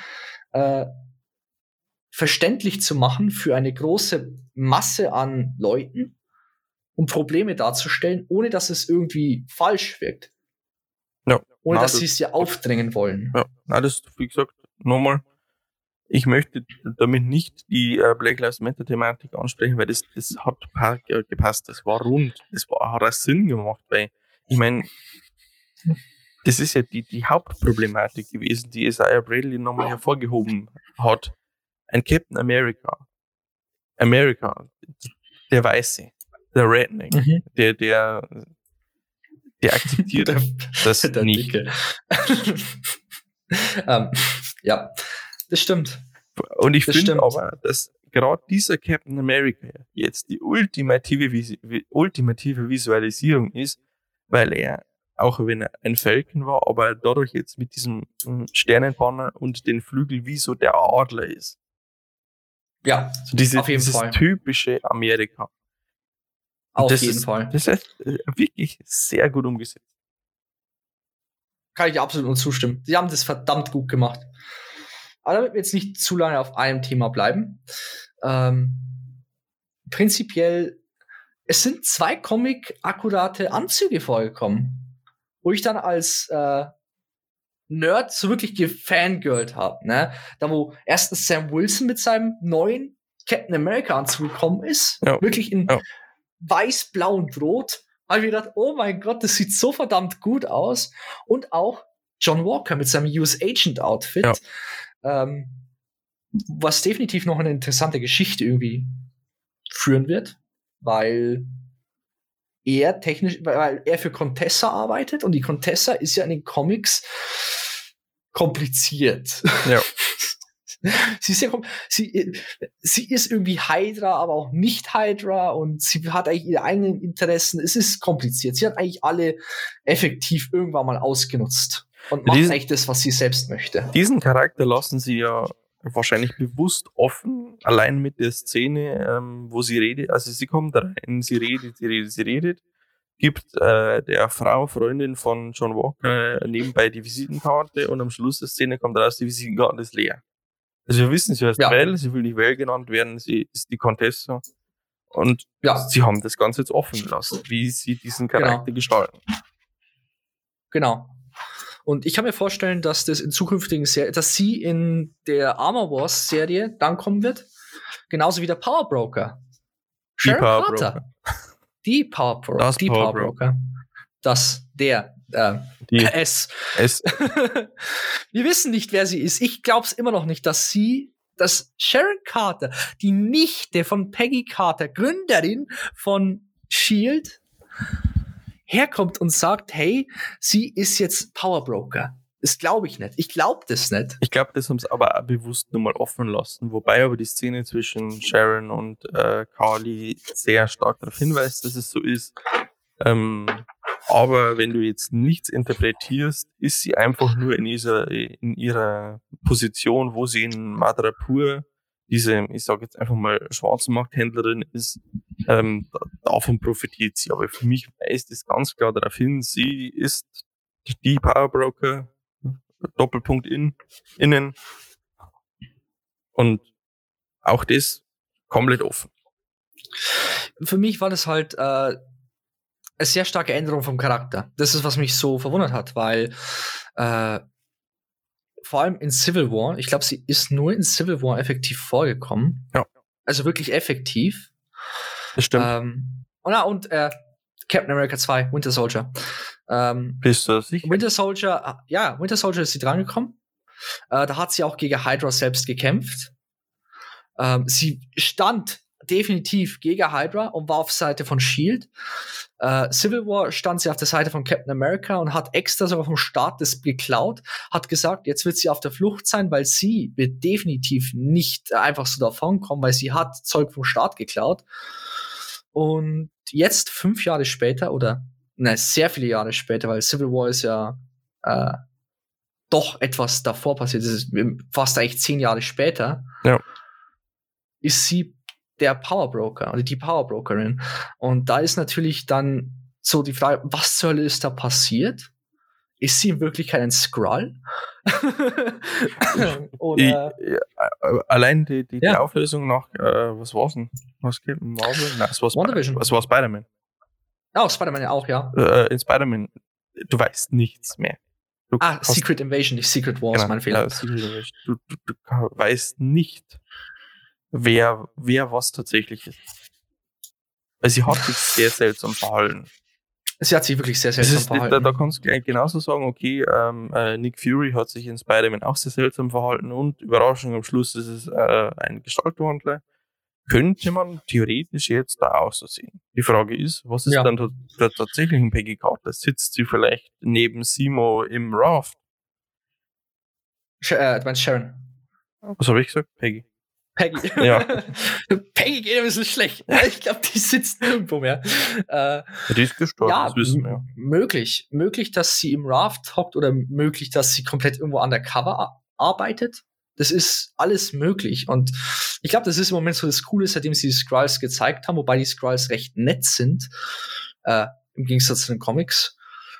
verständlich zu machen für eine große Masse an Leuten, um Probleme darzustellen, ohne dass es irgendwie falsch wirkt. Ja. Ohne dass sie es dir aufdrängen wollen. Ja, na, das, wie gesagt, nochmal, ich möchte damit nicht die Black Lives Matter Thematik ansprechen, weil das hat gepasst, das war rund, hat auch Sinn gemacht, weil, ich meine, das ist ja die Hauptproblematik gewesen, die Isaiah Bradley nochmal hervorgehoben hat. Ein Captain America, der Weiße, der Redneck, der akzeptiert das nicht. Ja, das stimmt. Und ich finde aber, dass gerade dieser Captain America jetzt die ultimative Visualisierung ist, weil er, auch wenn er ein Falcon war, aber dadurch jetzt mit diesem Sternenbanner und den Flügel wie so der Adler ist. Ja, so auf jeden Fall. Typische Amerika. Auf jeden Fall. Das ist wirklich sehr gut umgesetzt. Kann ich absolut nur zustimmen. Sie haben das verdammt gut gemacht. Aber damit wir jetzt nicht zu lange auf einem Thema bleiben, prinzipiell, es sind 2 Comic-akkurate Anzüge vorgekommen, wo ich dann als Nerd so wirklich gefangirlt habe, ne? Da wo erstens Sam Wilson mit seinem neuen Captain America-Anzug gekommen ist, wirklich in weiß, blau und rot, habe ich mir gedacht, oh mein Gott, das sieht so verdammt gut aus. Und auch John Walker mit seinem US Agent Outfit, was definitiv noch eine interessante Geschichte irgendwie führen wird, weil er für Contessa arbeitet und die Contessa ist ja in den Comics kompliziert. Ja. Sie ist irgendwie Hydra, aber auch nicht Hydra und sie hat eigentlich ihre eigenen Interessen. Es ist kompliziert. Sie hat eigentlich alle effektiv irgendwann mal ausgenutzt und macht eigentlich das, was sie selbst möchte. Diesen Charakter lassen sie ja wahrscheinlich bewusst offen, allein mit der Szene, wo sie redet. Also sie kommt rein, sie redet, gibt der Freundin von John Walker nebenbei die Visitenkarte und am Schluss der Szene kommt raus, die Visitenkarte ist leer. Also wir wissen, sie heißt Val, sie will nicht Val genannt werden, sie ist die Contessa. Und sie haben das Ganze jetzt offen gelassen, wie sie diesen Charakter gestalten. Genau. Und ich kann mir vorstellen, dass das in zukünftigen Serien, dass sie in der Armor Wars Serie dann kommen wird, genauso wie der Power Broker. Sharon Carter. Die Power Broker. S. Wir wissen nicht, wer sie ist. Ich glaub's immer noch nicht, dass Sharon Carter, die Nichte von Peggy Carter, Gründerin von S.H.I.E.L.D., herkommt und sagt, hey, sie ist jetzt Power Broker. Das glaube ich nicht. Ich glaube das nicht. Ich glaube, das haben sie aber auch bewusst nur mal offen lassen. Wobei aber die Szene zwischen Sharon und Carly sehr stark darauf hinweist, dass es so ist. Aber wenn du jetzt nichts interpretierst, ist sie einfach nur in ihrer Position, wo sie in Madripoor diese, ich sage jetzt einfach mal, Schwarzmarkthändlerin ist, davon profitiert sie. Aber für mich weist es ganz klar darauf hin, sie ist die Powerbroker, Doppelpunkt innen. Und auch das komplett offen. Für mich war das halt eine sehr starke Änderung vom Charakter. Das ist, was mich so verwundert hat, weil vor allem in Civil War, ich glaube, sie ist nur in Civil War effektiv vorgekommen. Ja. Also wirklich effektiv. Das stimmt. Und Captain America 2, Winter Soldier. Bist du sicher? Winter Soldier ist sie drangekommen. Da hat sie auch gegen Hydra selbst gekämpft. Sie stand definitiv gegen Hydra und war auf Seite von S.H.I.E.L.D. Civil War stand sie auf der Seite von Captain America und hat extra sogar vom Staat das geklaut, hat gesagt, jetzt wird sie auf der Flucht sein, weil sie wird definitiv nicht einfach so davonkommen, weil sie hat Zeug vom Staat geklaut. Und jetzt 5 Jahre später, sehr viele Jahre später, weil Civil War ist ja doch etwas davor passiert, das ist fast eigentlich 10 Jahre später, ist sie der Powerbroker oder die Powerbrokerin. Und da ist natürlich dann so die Frage, was zur Hölle ist da passiert? Ist sie in Wirklichkeit ein Skrull? Allein die Auflösung nach, was war's denn? Was geht? Marvel? Nein, es war WandaVision. Es war Spider-Man. Spider-Man auch, ja. In Spider-Man, du weißt nichts mehr. Secret Invasion, nicht Secret Wars, mein Fehler. Ja, Secret Invasion. Du weißt nicht, wer was tatsächlich ist. Weil sie hat sich sehr seltsam verhalten. Sie hat sich wirklich sehr seltsam verhalten. Da kannst du gleich genauso sagen, okay, Nick Fury hat sich in Spider-Man auch sehr seltsam verhalten und Überraschung, am Schluss ist es ein Gestaltwandler. Könnte man theoretisch jetzt da auch so sehen. Die Frage ist, was ist dann der tatsächliche Peggy Carter? Sitzt sie vielleicht neben Simo im Raft? Du meinst Sharon? Was habe ich gesagt? Peggy. Ja. Peggy geht ein bisschen schlecht. Ich glaube, die sitzt nirgendwo mehr. Die ist gestorben, das wissen wir. Möglich, dass sie im Raft hockt oder möglich, dass sie komplett irgendwo undercover arbeitet. Das ist alles möglich. Und ich glaube, das ist im Moment so das Coole, seitdem sie die Skrulls gezeigt haben, wobei die Skrulls recht nett sind, im Gegensatz zu den Comics.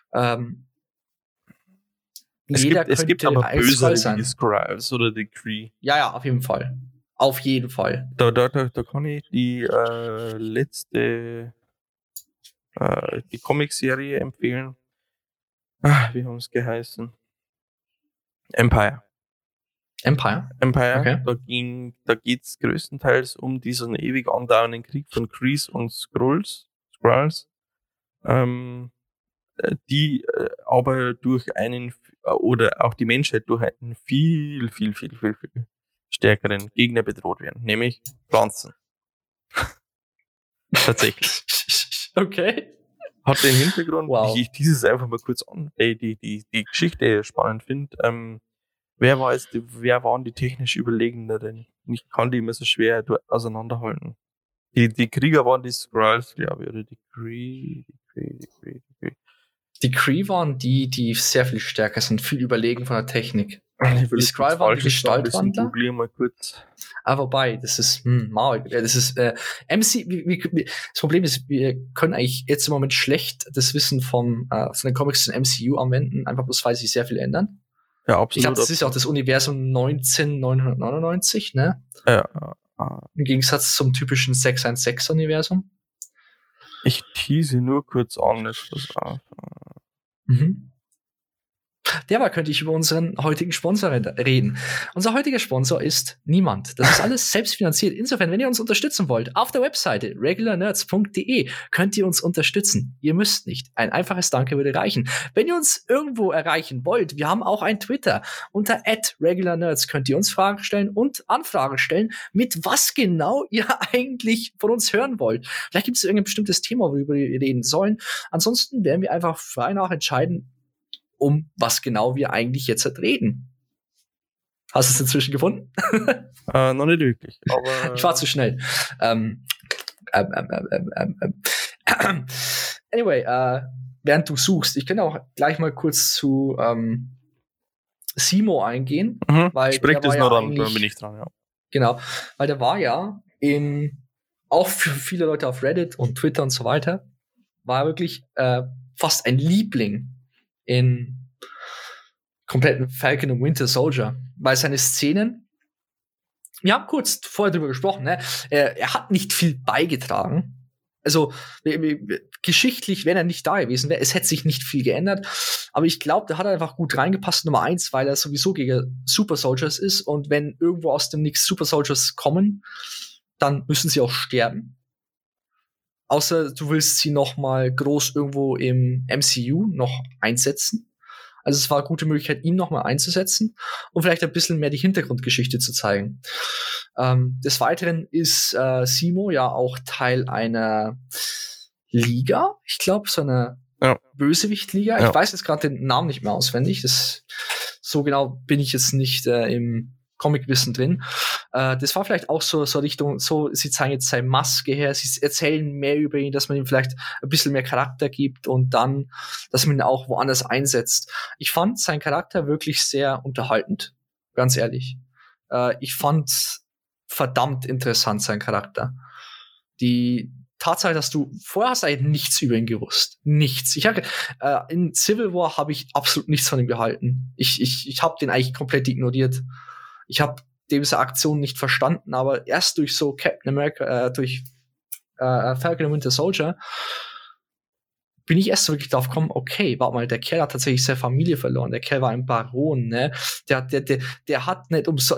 Es gibt aber böse Skrulls oder die Kree. Ja, auf jeden Fall. Auf jeden Fall. Da kann ich die letzte die Comicserie empfehlen. Wie haben es geheißen? Empire. Okay. Da geht's größtenteils um diesen ewig andauernden Krieg von Krees und Skrulls. die aber durch einen oder auch die Menschheit durch einen viel, viel, viel, viel, viel stärkeren Gegner bedroht werden, nämlich Pflanzen. Tatsächlich. Okay. Hat den Hintergrund, Wow. ich dieses einfach mal kurz an, die Geschichte spannend finde. Wer waren die technisch Überlegeneren? Ich kann die immer so schwer auseinanderhalten. Die Krieger waren die Skrulls, glaube ich, oder die Kree. Die Kree waren die sehr viel stärker sind, viel überlegen von der Technik. Die Skrull waren die Gestaltwandler. Google mal kurz. Wobei, das ist das ist das Problem ist, wir können eigentlich jetzt im Moment schlecht das Wissen von den Comics zum MCU anwenden, einfach bloß weil sich sehr viel ändern. Ja, absolut. Ich glaube, das ist ja auch das Universum 1999, ne? Ja. Im Gegensatz zum typischen 616-Universum. Ich tease nur kurz an. Derweil könnte ich über unseren heutigen Sponsor reden. Unser heutiger Sponsor ist niemand. Das ist alles selbstfinanziert. Insofern, wenn ihr uns unterstützen wollt, auf der Webseite regularnerds.de könnt ihr uns unterstützen. Ihr müsst nicht. Ein einfaches Danke würde reichen. Wenn ihr uns irgendwo erreichen wollt, wir haben auch ein Twitter. Unter @regularnerds könnt ihr uns Fragen stellen und Anfragen stellen, mit was genau ihr eigentlich von uns hören wollt. Vielleicht gibt es irgendein bestimmtes Thema, worüber wir reden sollen. Ansonsten werden wir einfach frei nach entscheiden, um was genau wir eigentlich jetzt reden. Hast du es inzwischen gefunden? Noch nicht wirklich. Aber ich war zu schnell. Anyway, während du suchst, ich kann auch gleich mal kurz zu Simo eingehen. Weil sprich das noch an, dann bin ich dran, ja. Genau, weil der war ja auch für viele Leute auf Reddit und Twitter und so weiter, war wirklich fast ein Liebling in kompletten Falcon und Winter Soldier, weil seine Szenen, wir haben kurz vorher drüber gesprochen, ne? Er hat nicht viel beigetragen. Also geschichtlich, wenn er nicht da gewesen wäre, es hätte sich nicht viel geändert. Aber ich glaube, der hat einfach gut reingepasst, Nummer 1, weil er sowieso gegen Super Soldiers ist. Und wenn irgendwo aus dem Nix Super Soldiers kommen, dann müssen sie auch sterben. Außer du willst sie noch mal groß irgendwo im MCU noch einsetzen. Also es war eine gute Möglichkeit, ihn noch mal einzusetzen und vielleicht ein bisschen mehr die Hintergrundgeschichte zu zeigen. Des Weiteren ist Simo ja auch Teil einer Liga. Ich glaube, so einer Bösewicht-Liga. Ja. Ich weiß jetzt gerade den Namen nicht mehr auswendig. So genau bin ich jetzt nicht im Comic-Wissen drin. Das war vielleicht auch so Richtung, sie zeigen jetzt seine Maske her, sie erzählen mehr über ihn, dass man ihm vielleicht ein bisschen mehr Charakter gibt und dann, dass man ihn auch woanders einsetzt. Ich fand seinen Charakter wirklich sehr unterhaltend, ganz ehrlich. Ich fand verdammt interessant, sein Charakter. Die Tatsache, dass du vorher hast eigentlich nichts über ihn gewusst. Nichts. In Civil War habe ich absolut nichts von ihm gehalten. Ich habe den eigentlich komplett ignoriert. Ich habe diese Aktion nicht verstanden, aber erst durch so Captain America, durch Falcon and Winter Soldier bin ich erst so wirklich drauf gekommen, okay, warte mal, der Kerl hat tatsächlich seine Familie verloren. Der Kerl war ein Baron, ne? Der hat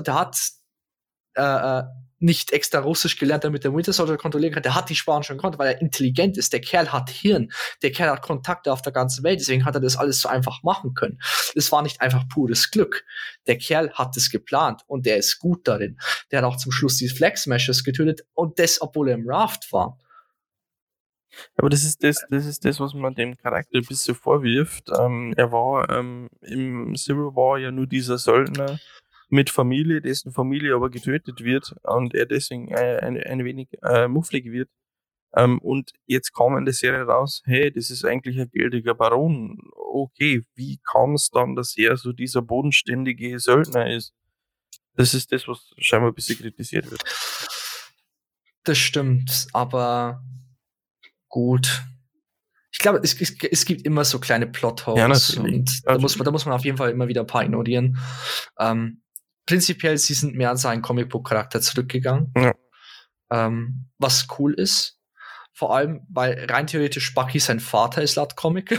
nicht extra Russisch gelernt, damit der Winter Soldier kontrollieren kann. Der hat die Sprachen schon gekonnt, weil er intelligent ist. Der Kerl hat Hirn. Der Kerl hat Kontakte auf der ganzen Welt. Deswegen hat er das alles so einfach machen können. Es war nicht einfach pures Glück. Der Kerl hat es geplant und der ist gut darin. Der hat auch zum Schluss die Flag Smashers getötet und das, obwohl er im Raft war. Aber das ist das, was man dem Charakter ein bisschen vorwirft. Er war im Civil War ja nur dieser Söldner mit Familie, dessen Familie aber getötet wird und er deswegen ein wenig mufflig wird. Und jetzt kam in der Serie raus, hey, das ist eigentlich ein geldiger Baron. Okay, wie kam es dann, dass er so dieser bodenständige Söldner ist? Das ist das, was scheinbar ein bisschen kritisiert wird. Das stimmt, aber gut. Ich glaube, es gibt immer so kleine Plotholes. Ja, natürlich. Und da muss man auf jeden Fall immer wieder ein paar ignorieren. Prinzipiell, sie sind mehr an seinen Comicbook-Charakter zurückgegangen. Ja. Was cool ist. Vor allem, weil rein theoretisch Bucky sein Vater ist laut Comic.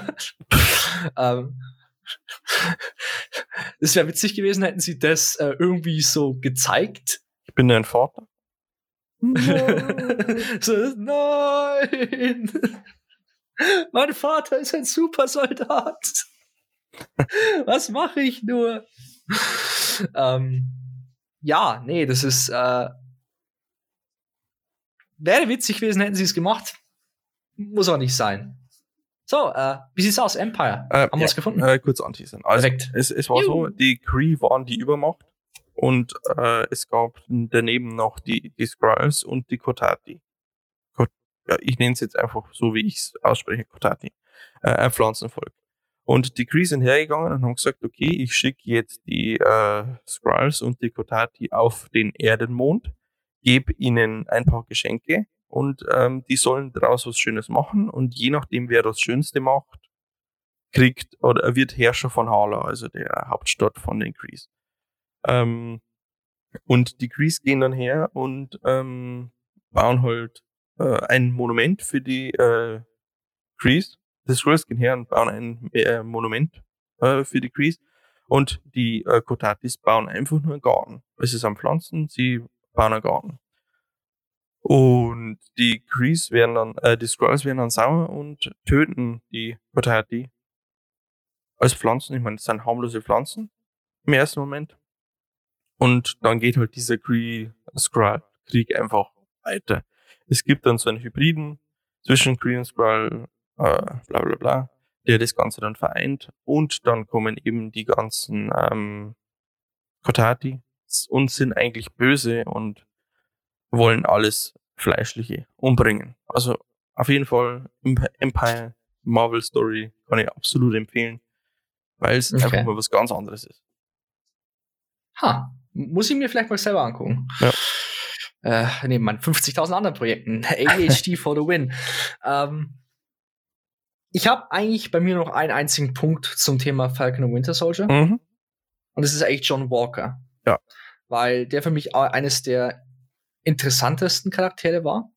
Es wäre witzig gewesen, hätten sie das irgendwie so gezeigt. Ich bin dein Vater. Nein! Mein Vater ist ein Supersoldat. Was mache ich nur? Ja, nee, das ist wäre witzig gewesen, hätten sie es gemacht. Muss auch nicht sein. So, wie sieht's aus? Empire. Haben wir es gefunden? Kurz anteasern. Also, Perfekt. es war so, die Kree waren die Übermacht und es gab daneben noch die Skrulls und die Kotati. Ja, ich nenne es jetzt einfach so, wie ich es ausspreche, Kotati. Ein Pflanzenvolk. Und die Kree sind hergegangen und haben gesagt, okay, ich schicke jetzt die Skrulls und die Kotati auf den Erdenmond, gebe ihnen ein paar Geschenke und die sollen daraus was Schönes machen und je nachdem, wer das Schönste macht, kriegt oder er wird Herrscher von Hala, also der Hauptstadt von den Krees. Und die Krees gehen dann her und bauen halt ein Monument für die Krees. Die Skrulls gehen her und bauen ein Monument für die Krees. Und die Kotatis bauen einfach nur einen Garten. Es ist am Pflanzen, sie bauen einen Garten. Und die Krees werden dann, die Skrulls werden dann sauer und töten die Kotati als Pflanzen. Ich meine, das sind harmlose Pflanzen im ersten Moment. Und dann geht halt dieser Kree-Skrull-Krieg einfach weiter. Es gibt dann so einen Hybriden zwischen Kree und Skrull, bla bla bla, der das Ganze dann vereint. Und dann kommen eben die ganzen Kotati und sind eigentlich böse und wollen alles Fleischliche umbringen. Also auf jeden Fall Empire Marvel Story kann ich absolut empfehlen, weil es einfach mal was ganz anderes ist. Muss ich mir vielleicht mal selber angucken. Ja. Neben meinen 50.000 anderen Projekten. ADHD for the win. Ich habe eigentlich bei mir noch einen einzigen Punkt zum Thema Falcon und Winter Soldier. Mhm. Und das ist eigentlich John Walker. Ja. Weil der für mich eines der interessantesten Charaktere war.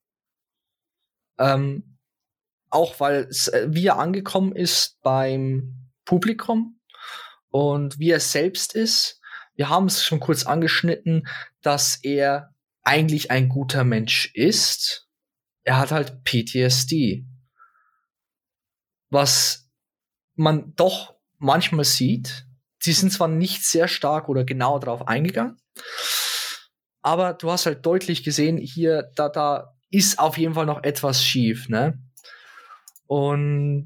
Auch weil wie er angekommen ist beim Publikum und wie er selbst ist. Wir haben es schon kurz angeschnitten, dass er eigentlich ein guter Mensch ist. Er hat halt PTSD. Was man doch manchmal sieht. Sie sind zwar nicht sehr stark oder genau darauf eingegangen, aber du hast halt deutlich gesehen, hier, da ist auf jeden Fall noch etwas schief, ne? Und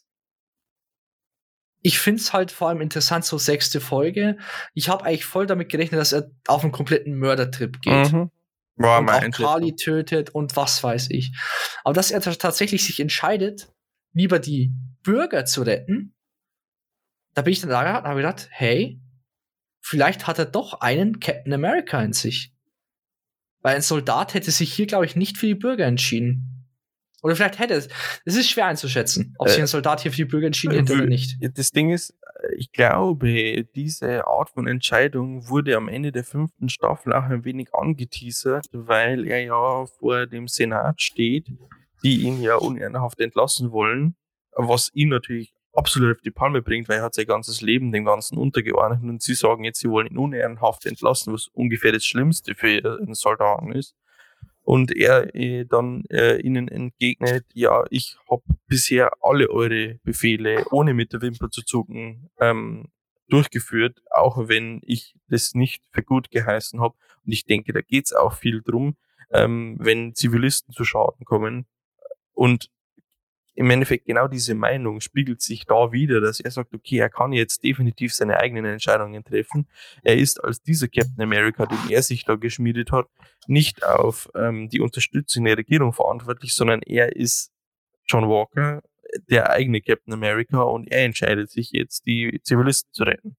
ich find's halt vor allem interessant, so 6. Folge. Ich habe eigentlich voll damit gerechnet, dass er auf einen kompletten Mördertrip geht. Mhm. War und auch Kali tötet und was weiß ich. Aber dass er tatsächlich sich entscheidet, lieber die Bürger zu retten, da bin ich dann da und habe gedacht, hey, vielleicht hat er doch einen Captain America in sich. Weil ein Soldat hätte sich hier, glaube ich, nicht für die Bürger entschieden. Oder vielleicht hätte es. Es ist schwer einzuschätzen, ob sich ein Soldat hier für die Bürger entschieden hätte oder nicht. Das Ding ist, ich glaube, diese Art von Entscheidung wurde am Ende der 5. Staffel auch ein wenig angeteasert, weil er ja vor dem Senat steht, die ihn ja unehrenhaft entlassen wollen, was ihn natürlich absolut auf die Palme bringt, weil er hat sein ganzes Leben dem Ganzen untergeordnet und sie sagen jetzt, sie wollen ihn unehrenhaft entlassen, was ungefähr das Schlimmste für einen Soldaten ist. Und er dann ihnen entgegnet, ja, ich habe bisher alle eure Befehle ohne mit der Wimper zu zucken durchgeführt, auch wenn ich das nicht für gut geheißen habe. Und ich denke, da geht's auch viel drum, wenn Zivilisten zu Schaden kommen. Und im Endeffekt genau diese Meinung spiegelt sich da wieder, dass er sagt, okay, er kann jetzt definitiv seine eigenen Entscheidungen treffen. Er ist als dieser Captain America, den er sich da geschmiedet hat, nicht auf die Unterstützung der Regierung verantwortlich, sondern er ist John Walker, der eigene Captain America, und er entscheidet sich jetzt, die Zivilisten zu retten.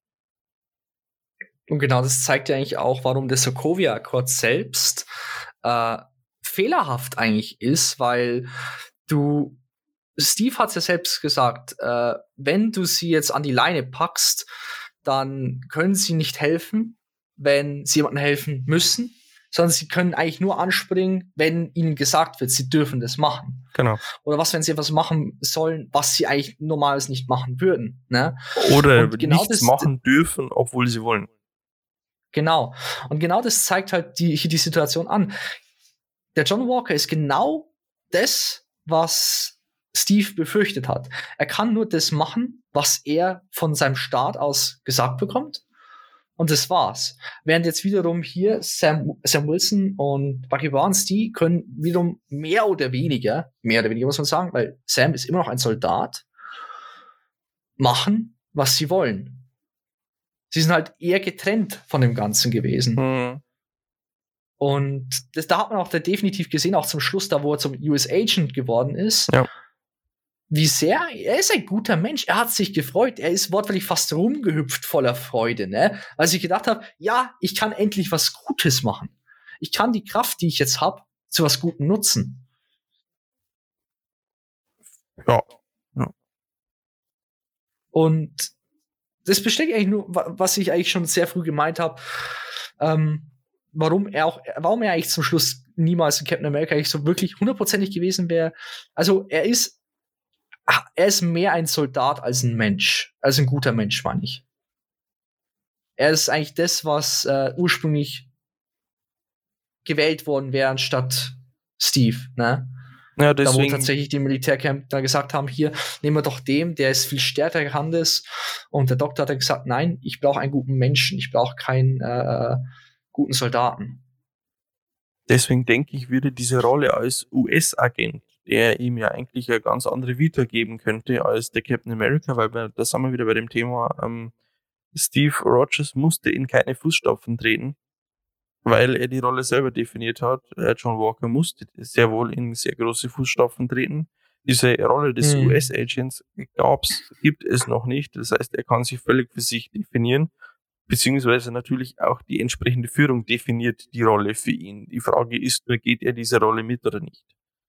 Und genau das zeigt ja eigentlich auch, warum der Sokovia-Akkord selbst fehlerhaft eigentlich ist, weil Steve hat es ja selbst gesagt, wenn du sie jetzt an die Leine packst, dann können sie nicht helfen, wenn sie jemandem helfen müssen, sondern sie können eigentlich nur anspringen, wenn ihnen gesagt wird, sie dürfen das machen. Genau. Oder was, wenn sie etwas machen sollen, was sie eigentlich normalerweise nicht machen würden. Ne? Oder genau nichts machen dürfen, obwohl sie wollen. Genau. Und genau das zeigt halt die Situation an. Der John Walker ist genau das, was Steve befürchtet hat. Er kann nur das machen, was er von seinem Staat aus gesagt bekommt. Und das war's. Während jetzt wiederum hier Sam Wilson und Bucky Barnes, die können wiederum mehr oder weniger muss man sagen, weil Sam ist immer noch ein Soldat, machen, was sie wollen. Sie sind halt eher getrennt von dem Ganzen gewesen. Mhm. Und da hat man auch definitiv gesehen, auch zum Schluss, da wo er zum US Agent geworden ist, Ja. wie sehr, er ist ein guter Mensch, er hat sich gefreut, er ist wortwörtlich fast rumgehüpft voller Freude, ne? Als ich gedacht habe, ja, ich kann endlich was Gutes machen. Ich kann die Kraft, die ich jetzt habe, zu was Gutem nutzen. Ja. Und das bestätigt eigentlich nur, was ich eigentlich schon sehr früh gemeint habe, warum er eigentlich zum Schluss niemals in Captain America eigentlich so wirklich hundertprozentig gewesen wäre. Also er ist mehr ein Soldat als ein Mensch, als ein guter Mensch, meine ich. Er ist eigentlich das, was ursprünglich gewählt worden wäre, anstatt Steve, ne? Ja, Da wo deswegen, tatsächlich die Militärcamp da gesagt haben, hier, nehmen wir doch der ist viel stärker kann das. Und der Doktor hat dann gesagt, nein, ich brauche einen guten Menschen, ich brauche keinen guten Soldaten. deswegen denke ich, würde diese Rolle als US-Agent, der ihm ja eigentlich eine ganz andere Vita geben könnte als der Captain America, weil da sind wir wieder bei dem Thema, Steve Rogers musste in keine Fußstapfen treten, weil er die Rolle selber definiert hat. John Walker musste sehr wohl in sehr große Fußstapfen treten. Diese Rolle des US-Agents gibt es noch nicht. Das heißt, er kann sich völlig für sich definieren, beziehungsweise natürlich auch die entsprechende Führung definiert die Rolle für ihn. Die Frage ist nur, geht er diese Rolle mit oder nicht?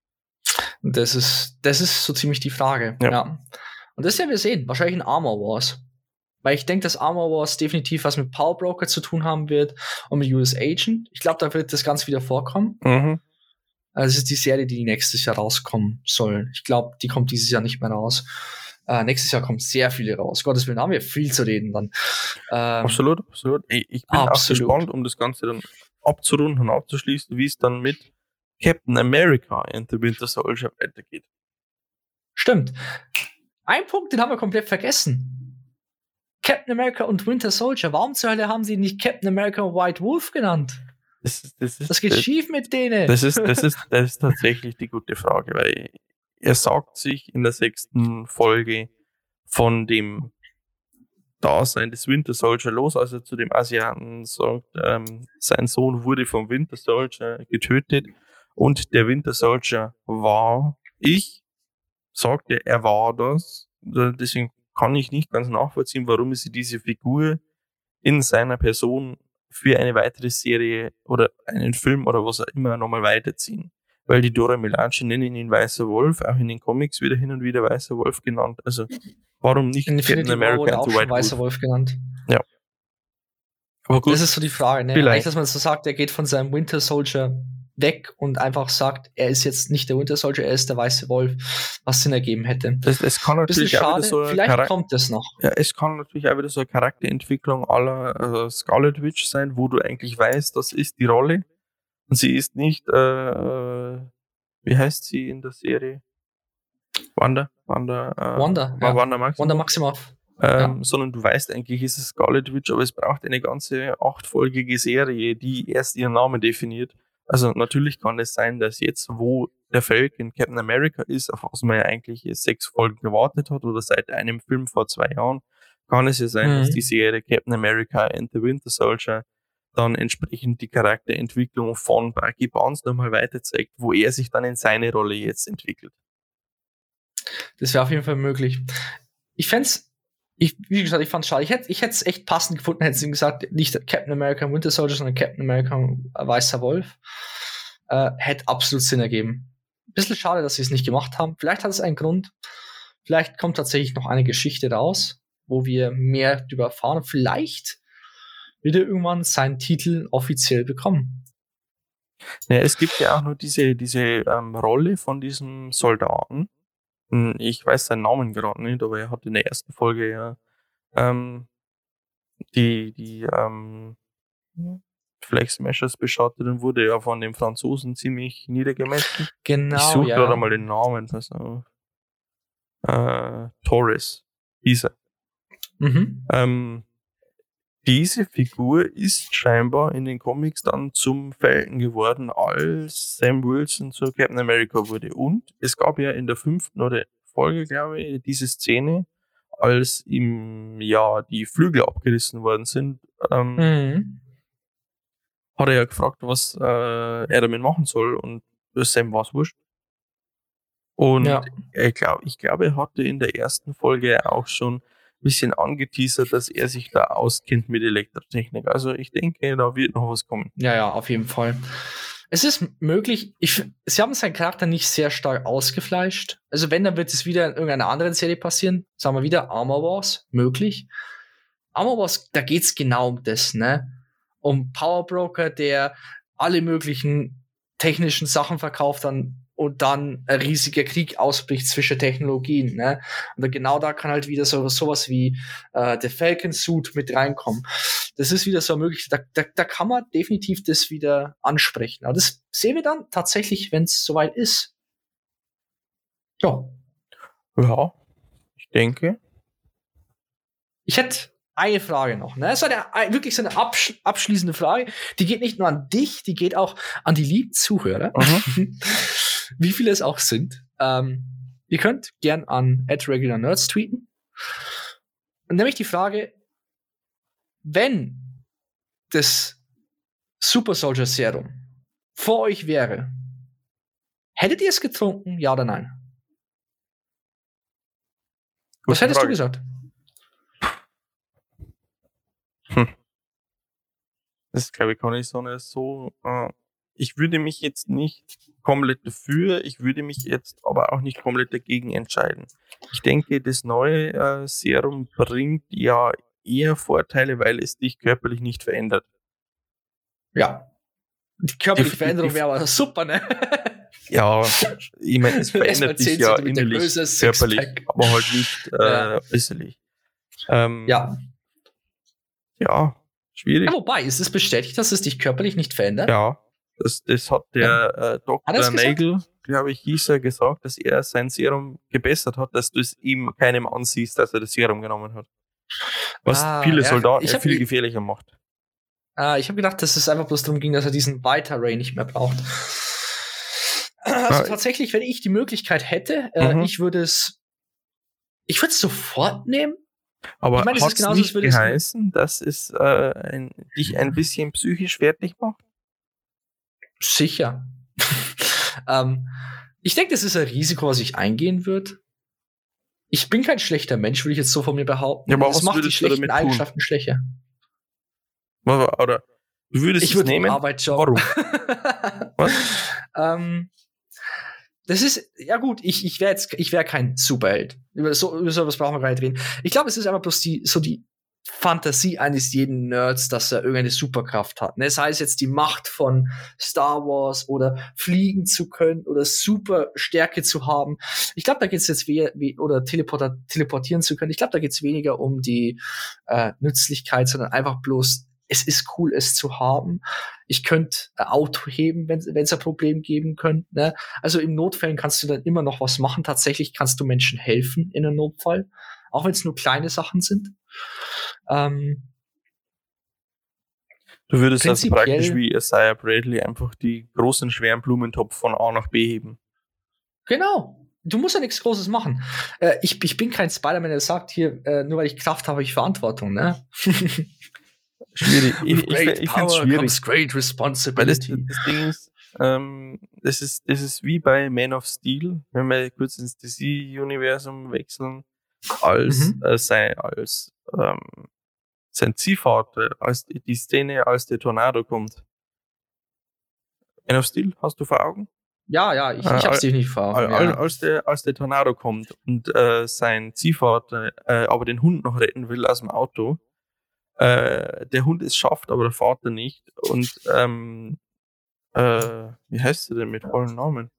Das ist so ziemlich die Frage. Ja. Und das werden wir sehen. Wahrscheinlich in Armor Wars. Weil ich denke, dass Armor Wars definitiv was mit Power Broker zu tun haben wird und mit US Agent. Ich glaube, da wird das Ganze wieder vorkommen. Mhm. Also es ist die Serie, die nächstes Jahr rauskommen soll. Ich glaube, die kommt dieses Jahr nicht mehr raus. Nächstes Jahr kommen sehr viele raus. Gottes Willen, haben wir viel zu reden dann. Absolut. Ich bin auch gespannt, um das Ganze dann abzurunden und abzuschließen, wie es dann mit Captain America and the Winter Soldier weitergeht. Stimmt. Ein Punkt, den haben wir komplett vergessen. Captain America und Winter Soldier. Warum zur Hölle haben sie nicht Captain America und White Wolf genannt? Das geht schief mit denen. Das ist tatsächlich die gute Frage, weil er sagt sich in der 6. Folge von dem Dasein des Winter Soldier los, als er zu dem Asiaten sagt, sein Sohn wurde vom Winter Soldier getötet und der Winter Soldier war ich, sagte er war das. Deswegen kann ich nicht ganz nachvollziehen, warum sie diese Figur in seiner Person für eine weitere Serie oder einen Film oder was auch immer nochmal weiterziehen. Weil die Dora Milaje nennen ihn Weißer Wolf, auch in den Comics wird er hin und wieder Weißer Wolf genannt. Also warum nicht Captain America and the White Weißer Wolf genannt? Ja. Aber gut. Das ist so die Frage, ne? Vielleicht, dass man so sagt, er geht von seinem Winter Soldier weg und einfach sagt, er ist jetzt nicht der Winter Soldier, er ist der Weiße Wolf, was Sinn ergeben hätte. Das kann natürlich auch wieder so vielleicht kommt das noch. Ja, es kann natürlich auch wieder so eine Charakterentwicklung aller Scarlet Witch sein, wo du eigentlich weißt, das ist die Rolle. Und sie ist nicht, wie heißt sie in der Serie? Wanda Maximoff. Sondern du weißt eigentlich, ist es Scarlet Witch, aber es braucht eine ganze 8-folgige Serie, die erst ihren Namen definiert. Also natürlich kann es sein, dass jetzt, wo der Falcon Captain America ist, auf was man ja eigentlich 6 Folgen gewartet hat oder seit einem Film vor 2 Jahren, kann es ja sein, dass die Serie Captain America and the Winter Soldier dann entsprechend die Charakterentwicklung von Bucky Barnes nochmal weiter zeigt, wo er sich dann in seine Rolle jetzt entwickelt. Das wäre auf jeden Fall möglich. Wie gesagt, ich fand's schade. Ich hätte es echt passend gefunden, hätte sie gesagt, nicht Captain America Winter Soldier, sondern Captain America Weißer Wolf. Hätte absolut Sinn ergeben. Bisschen schade, dass sie es nicht gemacht haben. Vielleicht hat es einen Grund. Vielleicht kommt tatsächlich noch eine Geschichte raus, wo wir mehr darüber erfahren. Vielleicht wird er irgendwann seinen Titel offiziell bekommen. Ja, es gibt ja auch nur diese Rolle von diesem Soldaten. Ich weiß seinen Namen gerade nicht, aber er hat in der ersten Folge ja die Flag Smashers beschattet und wurde ja von den Franzosen ziemlich niedergemetzelt. Genau, ich suche gerade mal den Namen. Pass auf. Torres hieß er. Mhm. Diese Figur ist scheinbar in den Comics dann zum Falcon geworden, als Sam Wilson zur Captain America wurde. Und es gab ja in der 5. oder Folge, glaube ich, diese Szene, als ihm ja die Flügel abgerissen worden sind, hat er ja gefragt, was er damit machen soll, und Sam war es wurscht. Und Ja. ich glaube, er hatte in der ersten Folge auch schon ein bisschen angeteasert, dass er sich da auskennt mit Elektrotechnik. Also ich denke, da wird noch was kommen. Ja, auf jeden Fall. Es ist möglich, sie haben seinen Charakter nicht sehr stark ausgefleischt. Also wenn, dann wird es wieder in irgendeiner anderen Serie passieren. Sagen wir wieder, Armor Wars, möglich. Armor Wars, da geht's genau um das, ne? Um Power Broker, der alle möglichen technischen Sachen verkauft und dann ein riesiger Krieg ausbricht zwischen Technologien, ne? Und dann genau da kann halt wieder sowas wie der Falcon Suit mit reinkommen. Das ist wieder so möglich. Da kann man definitiv das wieder ansprechen. Aber das sehen wir dann tatsächlich, wenn es soweit ist. Ja. Ja, ich denke. Ich hätte eine Frage noch. Ne? Das war wirklich so eine abschließende Frage. Die geht nicht nur an dich, die geht auch an die lieben Zuhörer. Wie viele es auch sind. Ihr könnt gern an @regularnerds tweeten. Und nämlich die Frage, wenn das Super Soldier Serum vor euch wäre, hättet ihr es getrunken, ja oder nein? Was hättest du gesagt? Das glaube ich, kann ich so. Ich würde mich jetzt nicht komplett dafür, ich würde mich jetzt aber auch nicht komplett dagegen entscheiden. Ich denke, das neue Serum bringt ja eher Vorteile, weil es dich körperlich nicht verändert. Ja. Die körperliche Veränderung wäre aber super, ne? Ja, ich meine, es verändert dich ja innerlich, körperlich, aber halt nicht äußerlich. Ja, schwierig. Ja, wobei, ist es bestätigt, dass es dich körperlich nicht verändert? Ja, das hat der Dr. Nagel, glaube ich, hieß er, gesagt, dass er sein Serum gebessert hat, dass du es ihm keinem ansiehst, dass er das Serum genommen hat. Was viele Soldaten viel gefährlicher macht. Ich habe gedacht, dass es einfach bloß darum ging, dass er diesen Vita-Ray nicht mehr braucht. Also tatsächlich, wenn ich die Möglichkeit hätte, ich würde es sofort nehmen. Aber hat es nicht geheißen, dass es dich ein bisschen psychisch fertig macht? Sicher. Ich denke, das ist ein Risiko, was ich eingehen würde. Ich bin kein schlechter Mensch, würde ich jetzt so von mir behaupten. Ja, aber das macht die schlechten Eigenschaften schwächer. Oder du würdest es nehmen? Arbeitsjob. Warum? Was? Das ist, ja gut, ich wäre kein Superheld. Über sowas brauchen wir gar nicht reden. Ich glaube, es ist einfach bloß die Fantasie eines jeden Nerds, dass er irgendeine Superkraft hat. Ne? Sei es jetzt die Macht von Star Wars oder fliegen zu können oder super Stärke zu haben. Ich glaube, da geht es jetzt oder teleportieren zu können. Ich glaube, da geht es weniger um die Nützlichkeit, sondern einfach bloß, es ist cool, es zu haben. Ich könnte ein Auto heben, wenn es ein Problem geben könnte. Ne? Also in Notfällen kannst du dann immer noch was machen. Tatsächlich kannst du Menschen helfen in einem Notfall, auch wenn es nur kleine Sachen sind. Du würdest also praktisch wie Isaiah Bradley einfach die großen, schweren Blumentopf von A nach B heben. Genau. Du musst ja nichts Großes machen. Ich bin kein Spider-Man, der sagt hier, nur weil ich Kraft habe, ich Verantwortung, ne? Schwierig. Ich finde es schwierig. Great responsibility. Weil das Ding ist, das ist wie bei Man of Steel, wenn wir kurz ins DC-Universum wechseln, als sein Ziehvater, als die Szene, als der Tornado kommt. Man of Steel, hast du vor Augen? Ja, ich hab's dir nicht vor Augen. Als der Tornado kommt und sein Ziehvater aber den Hund noch retten will aus dem Auto, der Hund es schafft, aber der Vater nicht. Und wie heißt sie denn mit vollen Namen?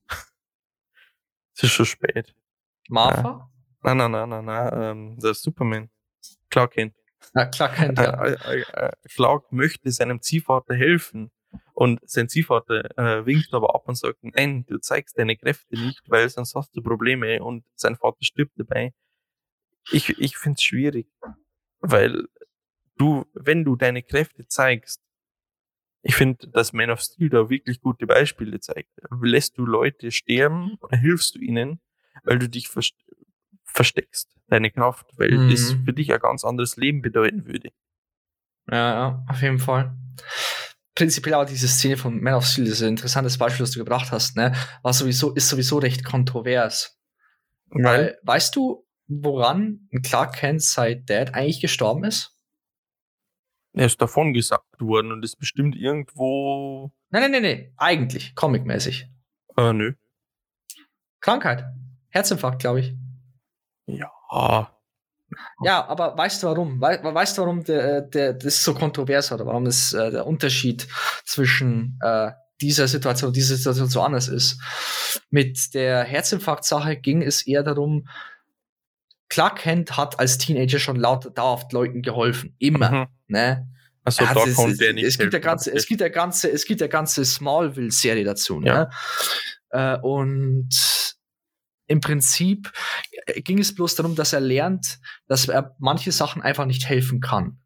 Es ist schon spät. Martha? Nein, der Superman. Clark Kent. Clark Kent, ja. Clark möchte seinem Ziehvater helfen, Und sein Ziehvater winkt aber ab und sagt, nein, du zeigst deine Kräfte nicht, weil sonst hast du Probleme, und sein Vater stirbt dabei. Ich finde es schwierig, weil wenn du deine Kräfte zeigst, ich finde, dass Man of Steel da wirklich gute Beispiele zeigt. Lässt du Leute sterben oder hilfst du ihnen, weil du dich versteckst, deine Kraft, weil das für dich ein ganz anderes Leben bedeuten würde. Ja, auf jeden Fall. Prinzipiell auch diese Szene von Man of Steel, das ist ein interessantes Beispiel, das du gebracht hast, ne? Ist sowieso recht kontrovers. Weil, weißt du, woran Clark Kent sein Dad eigentlich gestorben ist? Er ist davon gesagt worden und ist bestimmt irgendwo. Nee. Eigentlich, comicmäßig. Nö. Krankheit. Herzinfarkt, glaube ich. Ja. Ja, aber weißt du warum? Weißt du, warum das so kontrovers war? Oder warum das der Unterschied zwischen dieser Situation und dieser Situation so anders ist? Mit der Herzinfarkt-Sache ging es eher darum, Clark Kent hat als Teenager schon dauerhaft Leuten geholfen. Immer. Ne? Also da konnte er nicht es gibt der ganze Smallville-Serie dazu. Ja. Ne? Und im Prinzip ging es bloß darum, dass er lernt, dass er manche Sachen einfach nicht helfen kann.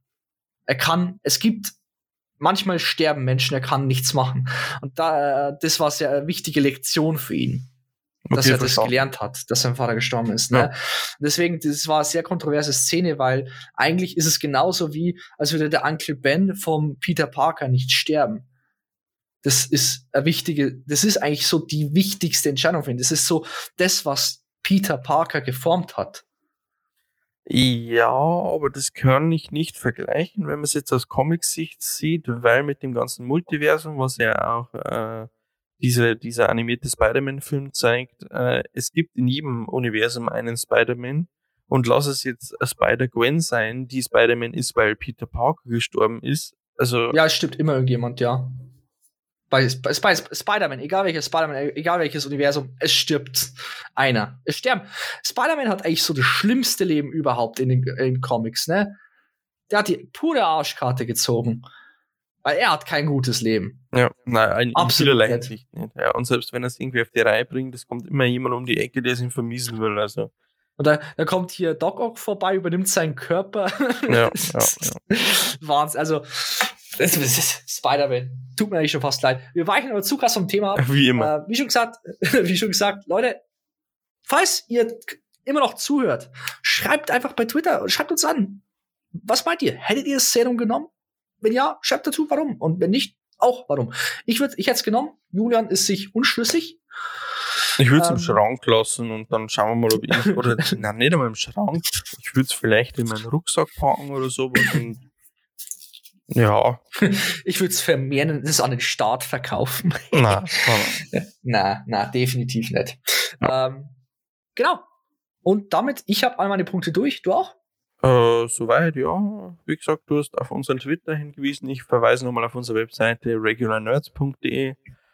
Manchmal sterben Menschen, er kann nichts machen. Und das war sehr wichtige Lektion für ihn. Dass er das gelernt hat, dass sein Vater gestorben ist. Ne? Ja. Deswegen, das war eine sehr kontroverse Szene, weil eigentlich ist es genauso wie, als würde der Uncle Ben vom Peter Parker nicht sterben. Das ist eigentlich so die wichtigste Entscheidung für ihn. Das ist so das, was Peter Parker geformt hat. Ja, aber das kann ich nicht vergleichen, wenn man es jetzt aus Comic-Sicht sieht, weil mit dem ganzen Multiversum, was ja auch dieser animierte Spider-Man-Film zeigt, es gibt in jedem Universum einen Spider-Man, und lass es jetzt Spider-Gwen sein, die Spider-Man ist, weil Peter Parker gestorben ist. Also ja, es stimmt immer irgendjemand, ja. Bei Spider-Man, egal welches Universum, es stirbt einer. Spider-Man hat eigentlich so das schlimmste Leben überhaupt in den Comics, ne? Der hat die pure Arschkarte gezogen. Weil er hat kein gutes Leben. Ja, nein, in vielerlei Hinsicht nicht. Ja, und selbst wenn er es irgendwie auf die Reihe bringt, es kommt immer jemand um die Ecke, der es ihm vermiesen will. Also. Und da kommt hier Doc Ock vorbei, übernimmt seinen Körper. Ja. Wahnsinn. Also, das ist Spider-Man. Tut mir eigentlich schon fast leid. Wir weichen aber zu krass vom Thema ab. Wie immer. Wie schon gesagt, Leute, falls ihr immer noch zuhört, schreibt einfach bei Twitter, schreibt uns an. Was meint ihr? Hättet ihr das Serum genommen? Wenn ja, schreibt dazu, warum. Und wenn nicht, auch warum. Ich hätte es genommen. Julian ist sich unschlüssig. Ich würde es im Schrank lassen und dann schauen wir mal, ob ich, oder nein, nicht einmal im Schrank. Ich würde es vielleicht in meinen Rucksack packen oder sowas und ja. Ich würde es vermehren und es an den Staat verkaufen. Na, definitiv nicht. Ja. Genau. Und damit, ich habe all meine Punkte durch. Du auch? Soweit, ja. Wie gesagt, du hast auf unseren Twitter hingewiesen. Ich verweise nochmal auf unsere Webseite regularnerds.de.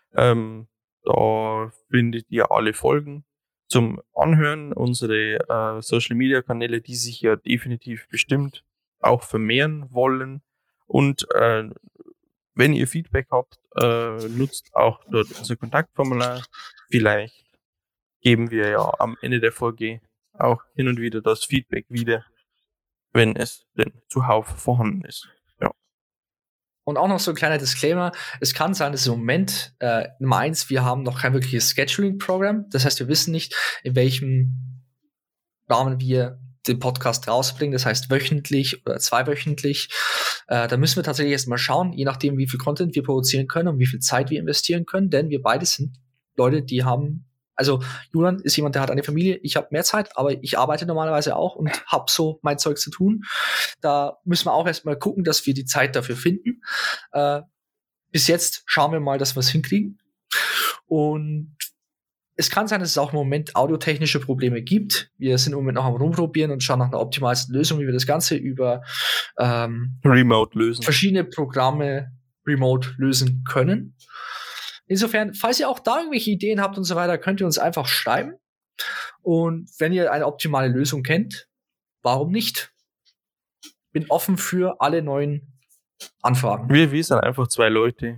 Da findet ihr alle Folgen zum Anhören, unsere Social Media Kanäle, die sich ja definitiv bestimmt auch vermehren wollen. Und wenn ihr Feedback habt, nutzt auch dort unser Kontaktformular. Vielleicht geben wir ja am Ende der Folge auch hin und wieder das Feedback wieder, wenn es denn zuhauf vorhanden ist. Ja. Und auch noch so ein kleiner Disclaimer. Es kann sein, dass im Moment, Nummer 1, wir haben noch kein wirkliches Scheduling-Programm. Das heißt, wir wissen nicht, in welchem Rahmen wir den Podcast rausbringen. Das heißt, wöchentlich oder zweiwöchentlich. Da müssen wir tatsächlich erst mal schauen, je nachdem, wie viel Content wir produzieren können und wie viel Zeit wir investieren können. Denn wir beide sind Leute, die haben, also Julian ist jemand, der hat eine Familie, ich habe mehr Zeit, aber ich arbeite normalerweise auch und habe so mein Zeug zu tun. Da müssen wir auch erstmal gucken, dass wir die Zeit dafür finden. Bis jetzt schauen wir mal, dass wir es hinkriegen. Und es kann sein, dass es auch im Moment audiotechnische Probleme gibt. Wir sind im Moment noch am Rumprobieren und schauen nach einer optimalsten Lösung, wie wir das Ganze über Remote lösen. Verschiedene Programme remote lösen können. Insofern, falls ihr auch da irgendwelche Ideen habt und so weiter, könnt ihr uns einfach schreiben. Und wenn ihr eine optimale Lösung kennt, warum nicht? Bin offen für alle neuen Anfragen. Wir sind einfach zwei Leute,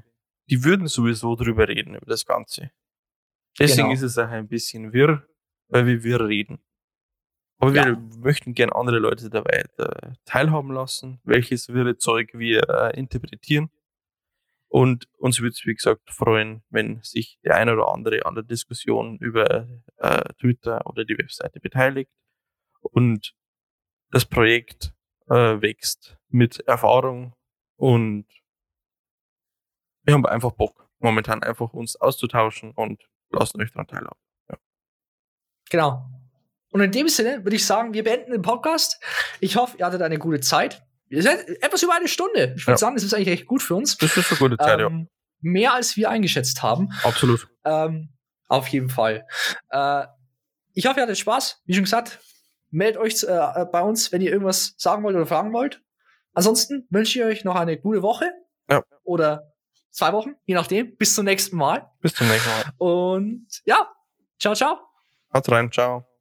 die würden sowieso drüber reden, über das Ganze. Deswegen ist es auch ein bisschen wirr, weil wir wirr reden. Aber wir möchten gern andere Leute dabei teilhaben lassen, welches wirre Zeug wir interpretieren. Und uns würde es, wie gesagt, freuen, wenn sich der eine oder andere an der Diskussion über Twitter oder die Webseite beteiligt. Und das Projekt wächst mit Erfahrung und wir haben einfach Bock, momentan einfach uns auszutauschen und lassen euch daran teilhaben. Ja. Genau. Und in dem Sinne würde ich sagen, wir beenden den Podcast. Ich hoffe, ihr hattet eine gute Zeit. Ihr seid etwas über eine Stunde. Ich würde sagen, das ist eigentlich echt gut für uns. Das ist eine gute Zeit, ja. Mehr als wir eingeschätzt haben. Absolut. Auf jeden Fall. Ich hoffe, ihr hattet Spaß. Wie schon gesagt, meldet euch bei uns, wenn ihr irgendwas sagen wollt oder fragen wollt. Ansonsten wünsche ich euch noch eine gute Woche. Ja. Oder 2 Wochen, je nachdem. Bis zum nächsten Mal. Bis zum nächsten Mal. Und ja, ciao, ciao. Haut rein, ciao.